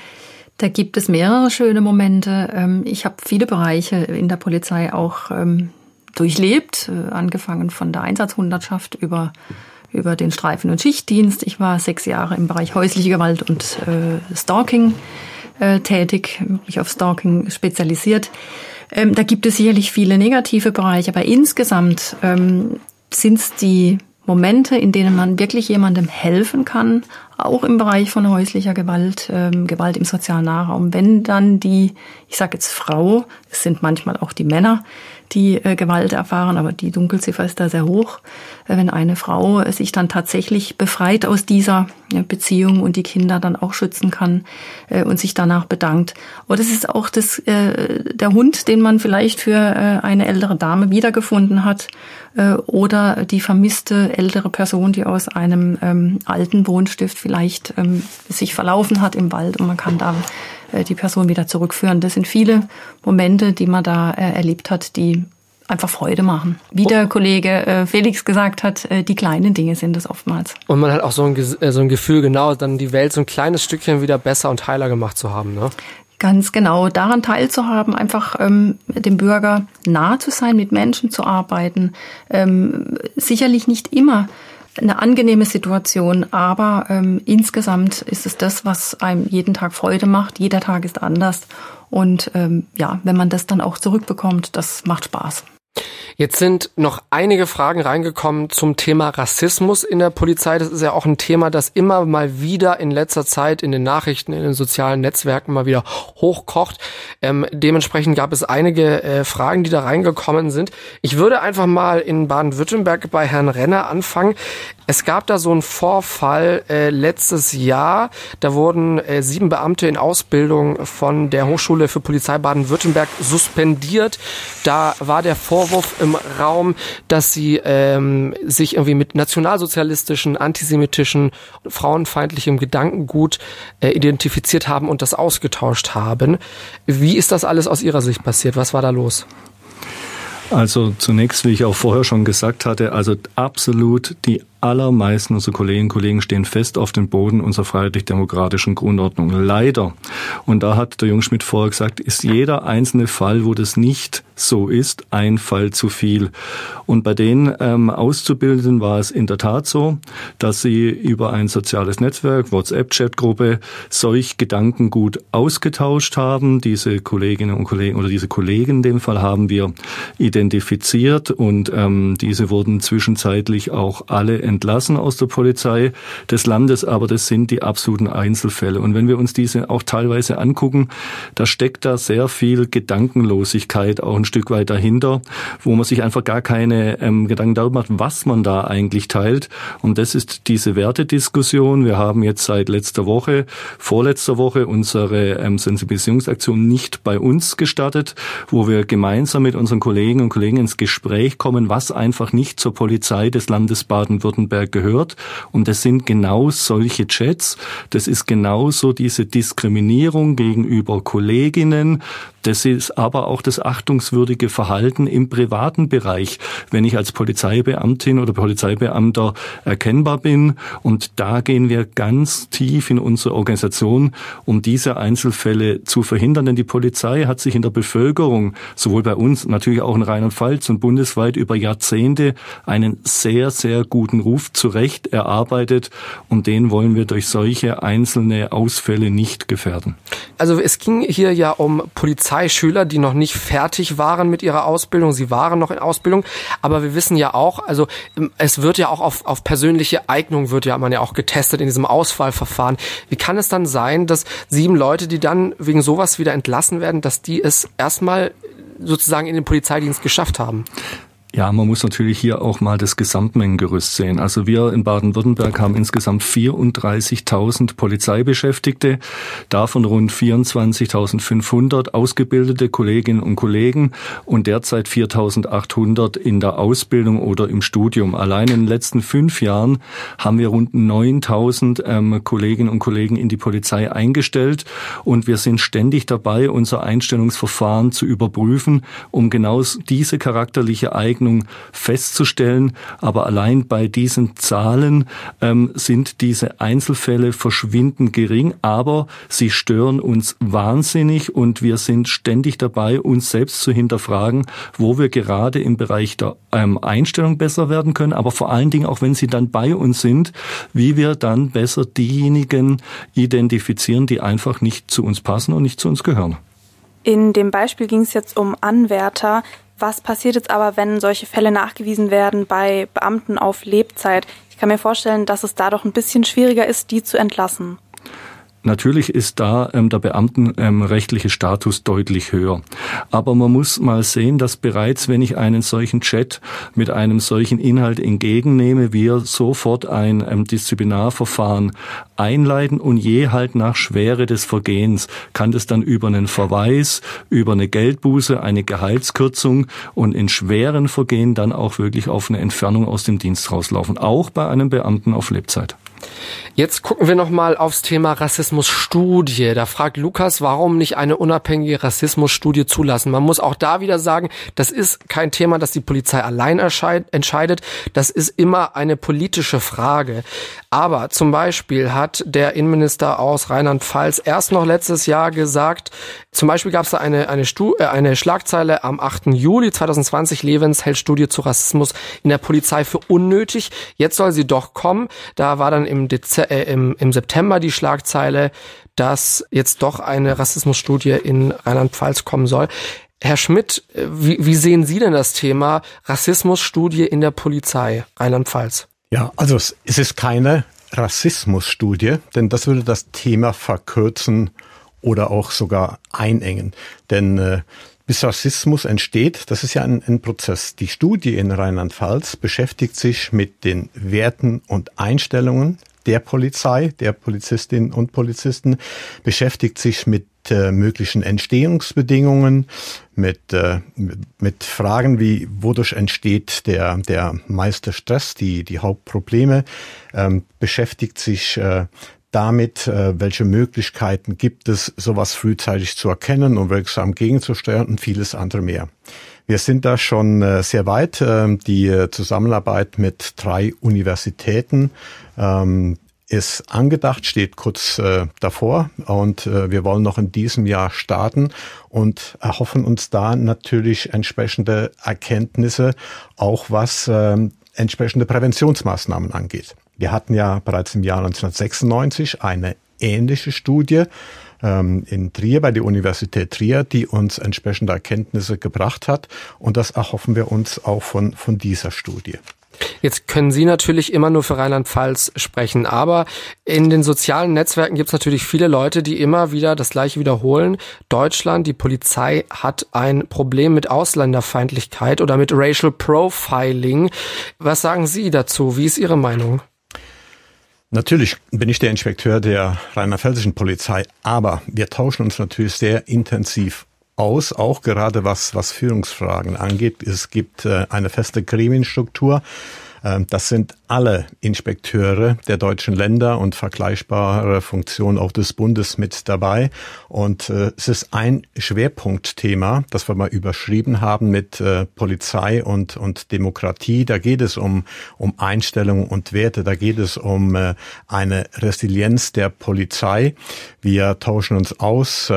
Da gibt es mehrere schöne Momente. Ich habe viele Bereiche in der Polizei auch durchlebt, angefangen von der Einsatzhundertschaft über, über den Streifen- und Schichtdienst. Ich war sechs Jahre im Bereich häusliche Gewalt und äh, Stalking äh, tätig, mich auf Stalking spezialisiert. Ähm, da gibt es sicherlich viele negative Bereiche, aber insgesamt ähm, sind es die Momente, in denen man wirklich jemandem helfen kann, auch im Bereich von häuslicher Gewalt, ähm, Gewalt im sozialen Nahraum. Wenn dann die, ich sage jetzt Frau, es sind manchmal auch die Männer, die äh, Gewalt erfahren, aber die Dunkelziffer ist da sehr hoch, äh, wenn eine Frau äh, sich dann tatsächlich befreit aus dieser äh, Beziehung und die Kinder dann auch schützen kann äh, und sich danach bedankt. Oder es ist auch das, äh, der Hund, den man vielleicht für äh, eine ältere Dame wiedergefunden hat, äh, oder die vermisste ältere Person, die aus einem ähm, alten Wohnstift vielleicht ähm, sich verlaufen hat im Wald und man kann da die Person wieder zurückführen. Das sind viele Momente, die man da äh, erlebt hat, die einfach Freude machen. Wie der Kollege äh, Felix gesagt hat, äh, die kleinen Dinge sind es oftmals. Und man hat auch so ein, äh, so ein Gefühl, genau, dann die Welt so ein kleines Stückchen wieder besser und heiler gemacht zu haben, ne? Ganz genau, daran teilzuhaben, einfach ähm, dem Bürger nahe zu sein, mit Menschen zu arbeiten. Ähm, sicherlich nicht immer eine angenehme Situation, aber ähm, insgesamt ist es das, was einem jeden Tag Freude macht. Jeder Tag ist anders und ähm, ja, wenn man das dann auch zurückbekommt, das macht Spaß. Jetzt sind noch einige Fragen reingekommen zum Thema Rassismus in der Polizei. Das ist ja auch ein Thema, das immer mal wieder in letzter Zeit in den Nachrichten, in den sozialen Netzwerken mal wieder hochkocht. Ähm, dementsprechend gab es einige äh, Fragen, die da reingekommen sind. Ich würde einfach mal in Baden-Württemberg bei Herrn Renner anfangen. Es gab da so einen Vorfall äh, letztes Jahr. Da wurden äh, sieben Beamte in Ausbildung von der Hochschule für Polizei Baden-Württemberg suspendiert. Da war der Vorwurf im Raum, dass sie ähm, sich irgendwie mit nationalsozialistischen, antisemitischen, frauenfeindlichem Gedankengut äh, identifiziert haben und das ausgetauscht haben. Wie ist das alles aus Ihrer Sicht passiert? Was war da los? Also zunächst, wie ich auch vorher schon gesagt hatte, also absolut die allermeisten unserer Kolleginnen und Kollegen stehen fest auf dem Boden unserer freiheitlich-demokratischen Grundordnung. Leider, und da hat der Jungschmidt vorher gesagt, ist jeder einzelne Fall, wo das nicht so ist, ein Fall zu viel. Und bei den ähm, Auszubildenden war es in der Tat so, dass sie über ein soziales Netzwerk, WhatsApp-Chat-Gruppe, solch Gedankengut ausgetauscht haben. Diese Kolleginnen und Kollegen oder diese Kollegen in dem Fall haben wir identifiziert und ähm, diese wurden zwischenzeitlich auch alle entlassen aus der Polizei des Landes, aber das sind die absoluten Einzelfälle. Und wenn wir uns diese auch teilweise angucken, da steckt da sehr viel Gedankenlosigkeit auch ein Stück weit dahinter, wo man sich einfach gar keine ähm, Gedanken darüber macht, was man da eigentlich teilt. Und das ist diese Wertediskussion. Wir haben jetzt seit letzter Woche, vorletzter Woche unsere ähm, Sensibilisierungsaktion nicht bei uns gestartet, wo wir gemeinsam mit unseren Kolleginnen und Kollegen ins Gespräch kommen, was einfach nicht zur Polizei des Landes Baden-Württemberg Baden-Württemberg gehört. Und das sind genau solche Chats. Das ist genauso diese Diskriminierung gegenüber Kolleginnen. Das ist aber auch das achtungswürdige Verhalten im privaten Bereich, wenn ich als Polizeibeamtin oder Polizeibeamter erkennbar bin. Und da gehen wir ganz tief in unsere Organisation, um diese Einzelfälle zu verhindern. Denn die Polizei hat sich in der Bevölkerung, sowohl bei uns, natürlich auch in Rheinland-Pfalz und bundesweit über Jahrzehnte einen sehr, sehr guten Ruf zurecht erarbeitet. Und den wollen wir durch solche einzelne Ausfälle nicht gefährden. Also es ging hier ja um Polizeischüler, die noch nicht fertig waren mit ihrer Ausbildung. Sie waren noch in Ausbildung, aber wir wissen ja auch, also es wird ja auch auf, auf persönliche Eignung wird ja man ja auch getestet in diesem Auswahlverfahren. Wie kann es dann sein, dass sieben Leute, die dann wegen sowas wieder entlassen werden, dass die es erstmal sozusagen in den Polizeidienst geschafft haben? Ja, man muss natürlich hier auch mal das Gesamtmengengerüst sehen. Also wir in Baden-Württemberg haben insgesamt vierunddreißigtausend Polizeibeschäftigte, davon rund vierundzwanzigtausendfünfhundert ausgebildete Kolleginnen und Kollegen und derzeit viertausendachthundert in der Ausbildung oder im Studium. Allein in den letzten fünf Jahren haben wir rund neuntausend ähm, Kolleginnen und Kollegen in die Polizei eingestellt und wir sind ständig dabei, unser Einstellungsverfahren zu überprüfen, um genau diese charakterliche Eignung festzustellen. Aber allein bei diesen Zahlen ähm, sind diese Einzelfälle verschwindend gering, aber sie stören uns wahnsinnig und wir sind ständig dabei, uns selbst zu hinterfragen, wo wir gerade im Bereich der ähm, Einstellung besser werden können, aber vor allen Dingen auch, wenn sie dann bei uns sind, wie wir dann besser diejenigen identifizieren, die einfach nicht zu uns passen und nicht zu uns gehören. In dem Beispiel ging es jetzt um Anwärter. Was passiert jetzt aber, wenn solche Fälle nachgewiesen werden bei Beamten auf Lebzeit? Ich kann mir vorstellen, dass es da doch ein bisschen schwieriger ist, die zu entlassen. Natürlich ist da ähm, der beamtenrechtliche ähm, Status deutlich höher. Aber man muss mal sehen, dass bereits, wenn ich einen solchen Chat mit einem solchen Inhalt entgegennehme, wir sofort ein ähm, Disziplinarverfahren einleiten und je halt nach Schwere des Vergehens kann das dann über einen Verweis, über eine Geldbuße, eine Gehaltskürzung und in schweren Vergehen dann auch wirklich auf eine Entfernung aus dem Dienst rauslaufen. Auch bei einem Beamten auf Lebzeit. Jetzt gucken wir nochmal aufs Thema Rassismusstudie. Da fragt Lukas, warum nicht eine unabhängige Rassismusstudie zulassen? Man muss auch da wieder sagen, das ist kein Thema, das die Polizei allein entscheidet. Das ist immer eine politische Frage. Aber zum Beispiel hat der Innenminister aus Rheinland-Pfalz erst noch letztes Jahr gesagt, zum Beispiel gab es da eine, eine, Stu- äh, eine Schlagzeile am achten Juli zweitausendzwanzig, Levens hält Studie zu Rassismus in der Polizei für unnötig. Jetzt soll sie doch kommen. Da war dann im, Dez- äh, im, im September die Schlagzeile, dass jetzt doch eine Rassismusstudie in Rheinland-Pfalz kommen soll. Herr Schmidt, wie, wie sehen Sie denn das Thema Rassismusstudie in der Polizei Rheinland-Pfalz? Ja, also es ist keine Rassismusstudie, denn das würde das Thema verkürzen oder auch sogar einengen. Denn äh, bis Rassismus entsteht, das ist ja ein, ein Prozess. Die Studie in Rheinland-Pfalz beschäftigt sich mit den Werten und Einstellungen der Polizei, der Polizistinnen und Polizisten, beschäftigt sich mit äh, möglichen Entstehungsbedingungen, mit, äh, mit Fragen wie, wodurch entsteht der, der meiste Stress, die, die Hauptprobleme, ähm, beschäftigt sich äh, damit, äh, welche Möglichkeiten gibt es, sowas frühzeitig zu erkennen und wirksam gegenzusteuern und vieles andere mehr. Wir sind da schon äh, sehr weit. Äh, die äh, Zusammenarbeit mit drei Universitäten ähm, ist angedacht, steht kurz äh, davor und äh, wir wollen noch in diesem Jahr starten und erhoffen uns da natürlich entsprechende Erkenntnisse, auch was äh, entsprechende Präventionsmaßnahmen angeht. Wir hatten ja bereits im Jahr neunzehnhundertsechsundneunzig eine ähnliche Studie ähm, in Trier, bei der Universität Trier, die uns entsprechende Erkenntnisse gebracht hat und das erhoffen wir uns auch von, von dieser Studie. Jetzt können Sie natürlich immer nur für Rheinland-Pfalz sprechen, aber in den sozialen Netzwerken gibt es natürlich viele Leute, die immer wieder das Gleiche wiederholen. Deutschland, die Polizei hat ein Problem mit Ausländerfeindlichkeit oder mit Racial Profiling. Was sagen Sie dazu? Wie ist Ihre Meinung? Natürlich bin ich der Inspekteur der rheinland-pfälzischen Polizei, aber wir tauschen uns natürlich sehr intensiv aus, auch gerade was, was Führungsfragen angeht. Es gibt äh, eine feste Gremienstruktur, Das sind alle Inspekteure der deutschen Länder und vergleichbare Funktionen auch des Bundes mit dabei. Und es ist ein Schwerpunktthema, das wir mal überschrieben haben mit Polizei und, und Demokratie. Da geht es um, um Einstellungen und Werte. Da geht es um eine Resilienz der Polizei. Wir tauschen uns aus.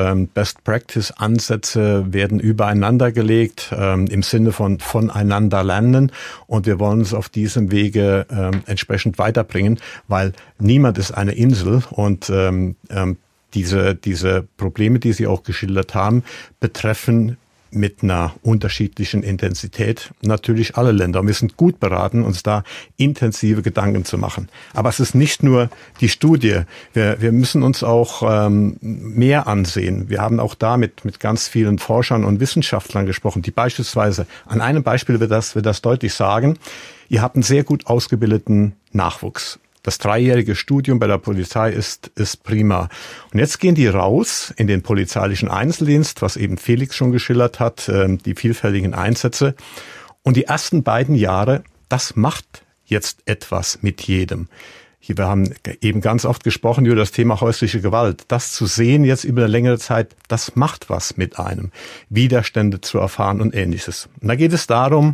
Best-Practice-Ansätze werden übereinander gelegt im Sinne von voneinander lernen. Und wir wollen uns auf diesem Wege ähm, entsprechend weiterbringen, weil niemand ist eine Insel und ähm, ähm, diese, diese Probleme, die Sie auch geschildert haben, betreffen mit einer unterschiedlichen Intensität natürlich alle Länder. Und wir sind gut beraten, uns da intensive Gedanken zu machen. Aber es ist nicht nur die Studie. Wir, wir müssen uns auch ähm, mehr ansehen. Wir haben auch da mit, mit ganz vielen Forschern und Wissenschaftlern gesprochen, die beispielsweise, an einem Beispiel wird das, wird das deutlich sagen, ihr habt einen sehr gut ausgebildeten Nachwuchs. Das dreijährige Studium bei der Polizei ist, ist prima. Und jetzt gehen die raus in den polizeilichen Einzeldienst, was eben Felix schon geschildert hat, die vielfältigen Einsätze. Und die ersten beiden Jahre, das macht jetzt etwas mit jedem. Hier, wir haben eben ganz oft gesprochen über das Thema häusliche Gewalt. Das zu sehen jetzt über eine längere Zeit, das macht was mit einem. Widerstände zu erfahren und Ähnliches. Und da geht es darum,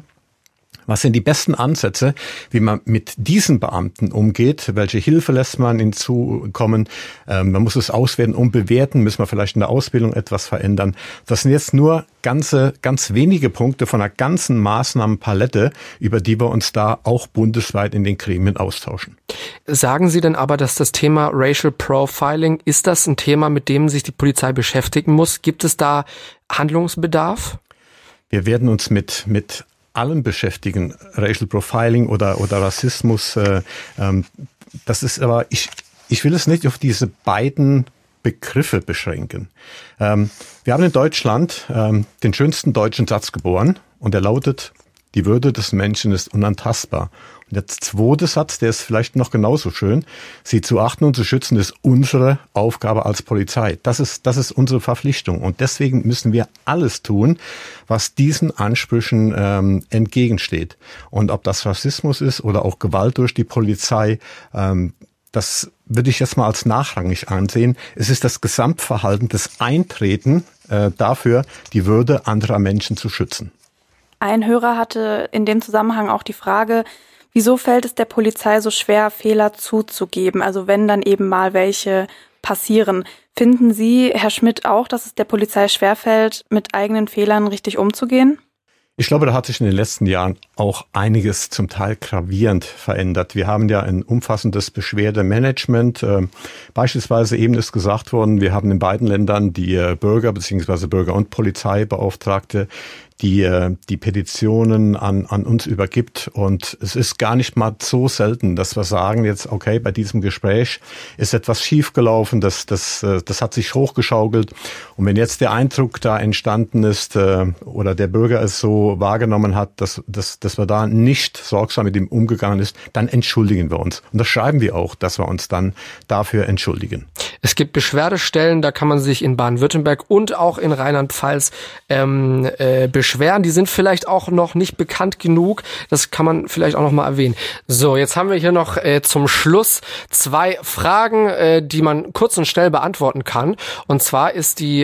was sind die besten Ansätze, wie man mit diesen Beamten umgeht? Welche Hilfe lässt man ihnen zukommen? Ähm, man muss es auswerten und bewerten. Müssen wir vielleicht in der Ausbildung etwas verändern? Das sind jetzt nur ganze, ganz wenige Punkte von einer ganzen Maßnahmenpalette, über die wir uns da auch bundesweit in den Gremien austauschen. Sagen Sie denn aber, dass das Thema Racial Profiling, ist das ein Thema, mit dem sich die Polizei beschäftigen muss? Gibt es da Handlungsbedarf? Wir werden uns mit, mit allem beschäftigen, Racial Profiling oder oder Rassismus. Äh, ähm, das ist aber, ich ich will es nicht auf diese beiden Begriffe beschränken. Ähm, wir haben in Deutschland ähm, den schönsten deutschen Satz geboren und der lautet: Die Würde des Menschen ist unantastbar. Und der zweite Satz, der ist vielleicht noch genauso schön: Sie zu achten und zu schützen ist unsere Aufgabe als Polizei. Das ist, das ist unsere Verpflichtung. Und deswegen müssen wir alles tun, was diesen Ansprüchen ähm, entgegensteht. Und ob das Rassismus ist oder auch Gewalt durch die Polizei, ähm, das würde ich jetzt mal als nachrangig ansehen. Es ist das Gesamtverhalten, das Eintreten äh, dafür, die Würde anderer Menschen zu schützen. Ein Hörer hatte in dem Zusammenhang auch die Frage, wieso fällt es der Polizei so schwer, Fehler zuzugeben? Also wenn dann eben mal welche passieren. Finden Sie, Herr Schmidt, auch, dass es der Polizei schwerfällt, mit eigenen Fehlern richtig umzugehen? Ich glaube, da hat sich in den letzten Jahren auch einiges zum Teil gravierend verändert. Wir haben ja ein umfassendes Beschwerdemanagement. Äh, beispielsweise eben ist gesagt worden, wir haben in beiden Ländern die äh, Bürger bzw. Bürger- und Polizeibeauftragte, die die Petitionen an an uns übergibt. Und es ist gar nicht mal so selten, dass wir sagen jetzt, okay, bei diesem Gespräch ist etwas schiefgelaufen, das das das hat sich hochgeschaukelt. Und wenn jetzt der Eindruck da entstanden ist oder der Bürger es so wahrgenommen hat, dass dass dass wir da nicht sorgsam mit ihm umgegangen ist, dann entschuldigen wir uns. Und das schreiben wir auch, dass wir uns dann dafür entschuldigen. Es gibt Beschwerdestellen, da kann man sich in Baden-Württemberg und auch in Rheinland-Pfalz ähm, äh, beschweren. Die sind vielleicht auch noch nicht bekannt genug. Das kann man vielleicht auch noch mal erwähnen. So, jetzt haben wir hier noch äh, zum Schluss zwei Fragen, äh, die man kurz und schnell beantworten kann. Und zwar ist die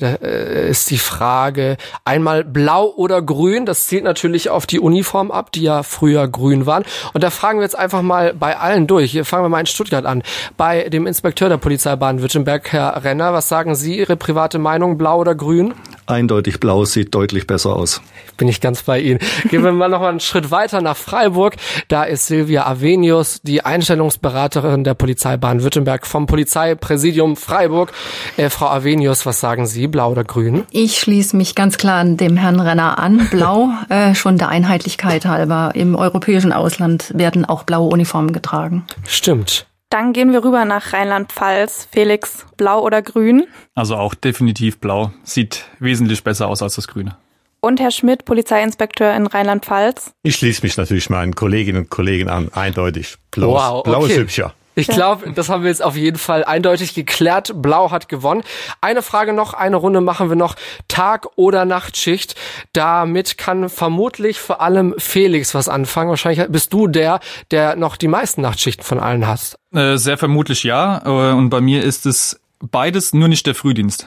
äh, ist die Frage einmal blau oder grün. Das zielt natürlich auf die Uniform ab, die ja früher grün waren. Und da fragen wir jetzt einfach mal bei allen durch. Hier fangen wir mal in Stuttgart an. Bei dem Inspekteur der Polizei Baden-Württemberg, Herr Renner, was sagen Sie, Ihre private Meinung, blau oder grün? Eindeutig blau, sieht deutlich besser aus. Bin ich ganz bei Ihnen. Gehen wir mal noch mal einen Schritt weiter nach Freiburg. Da ist Silvia Avenius, die Einstellungsberaterin der Polizei Baden-Württemberg vom Polizeipräsidium Freiburg. Äh, Frau Avenius, was sagen Sie, blau oder grün? Ich schließe mich ganz klar an dem Herrn Renner an. Blau, äh, schon der Einheitlichkeit halber. Im europäischen Ausland werden auch blaue Uniformen getragen. Stimmt. Dann gehen wir rüber nach Rheinland-Pfalz. Felix, blau oder grün? Also auch definitiv blau. Sieht wesentlich besser aus als das Grüne. Und Herr Schmidt, Polizeiinspekteur in Rheinland-Pfalz? Ich schließe mich natürlich meinen Kolleginnen und Kollegen an. Eindeutig. Blau, wow, blau okay. ist hübscher. Ich glaube, das haben wir jetzt auf jeden Fall eindeutig geklärt. Blau hat gewonnen. Eine Frage noch, eine Runde machen wir noch. Tag- oder Nachtschicht. Damit kann vermutlich vor allem Felix was anfangen. Wahrscheinlich bist du der, der noch die meisten Nachtschichten von allen hast. Äh, sehr vermutlich ja. Und bei mir ist es beides, nur nicht der Frühdienst.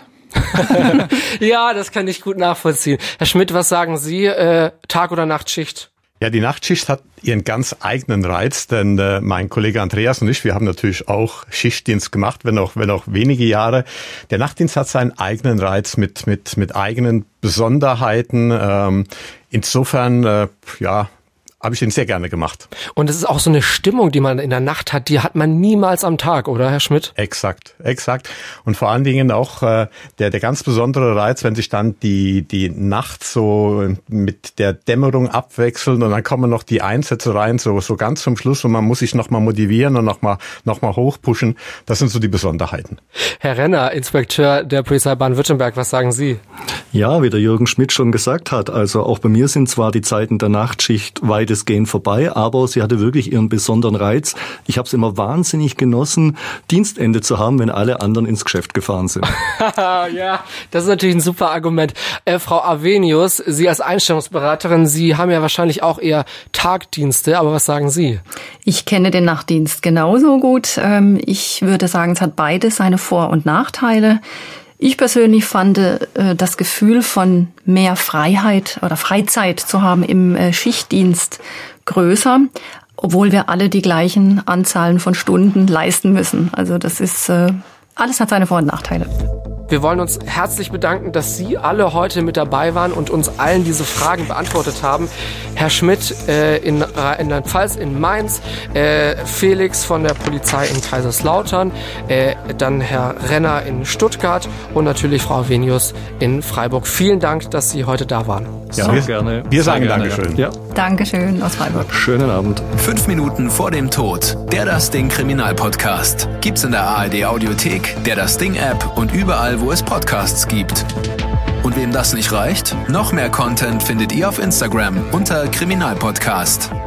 Ja, das kann ich gut nachvollziehen. Herr Schmidt, was sagen Sie? Äh, Tag- oder Nachtschicht? Ja, die Nachtschicht hat ihren ganz eigenen Reiz, denn äh, mein Kollege Andreas und ich, wir haben natürlich auch Schichtdienst gemacht, wenn auch wenn auch wenige Jahre. Der Nachtdienst hat seinen eigenen Reiz mit mit mit eigenen Besonderheiten. Ähm, insofern, äh, ja, habe ich den sehr gerne gemacht. Und es ist auch so eine Stimmung, die man in der Nacht hat, die hat man niemals am Tag, oder Herr Schmidt? Exakt, exakt. Und vor allen Dingen auch äh, der der ganz besondere Reiz, wenn sich dann die die Nacht so mit der Dämmerung abwechseln und dann kommen noch die Einsätze rein, so so ganz zum Schluss und man muss sich noch mal motivieren und noch mal noch mal hochpushen. Das sind so die Besonderheiten. Herr Renner, Inspekteur der Polizei Baden-Württemberg, was sagen Sie? Ja, wie der Jürgen Schmidt schon gesagt hat, also auch bei mir sind zwar die Zeiten der Nachtschicht weitestgehend vorbei, aber sie hatte wirklich ihren besonderen Reiz. Ich habe es immer wahnsinnig genossen, Dienstende zu haben, wenn alle anderen ins Geschäft gefahren sind. Ja, das ist natürlich ein super Argument. Äh, Frau Avenius, Sie als Einstellungsberaterin, Sie haben ja wahrscheinlich auch eher Tagdienste, aber was sagen Sie? Ich kenne den Nachtdienst genauso gut. Ich würde sagen, es hat beides seine Vor- und Nachteile. Ich persönlich fand äh, das Gefühl von mehr Freiheit oder Freizeit zu haben im äh, Schichtdienst größer, obwohl wir alle die gleichen Anzahlen von Stunden leisten müssen. Also das ist, äh, alles hat seine Vor- und Nachteile. Wir wollen uns herzlich bedanken, dass Sie alle heute mit dabei waren und uns allen diese Fragen beantwortet haben. Herr Schmidt äh, in Rheinland-Pfalz, in Mainz, äh, Felix von der Polizei in Kaiserslautern, äh, dann Herr Renner in Stuttgart und natürlich Frau Avenius in Freiburg. Vielen Dank, dass Sie heute da waren. Ja, so wir, gerne. Wir sagen Sehr gerne, Dankeschön. Ja. Dankeschön aus Freiburg. Schönen Abend. Fünf Minuten vor dem Tod. Der Das Ding Kriminalpodcast. Gibt's in der A R D Audiothek, der Das Ding App und überall, wo es Podcasts gibt. Und wem das nicht reicht? Noch mehr Content findet ihr auf Instagram unter Kriminalpodcast.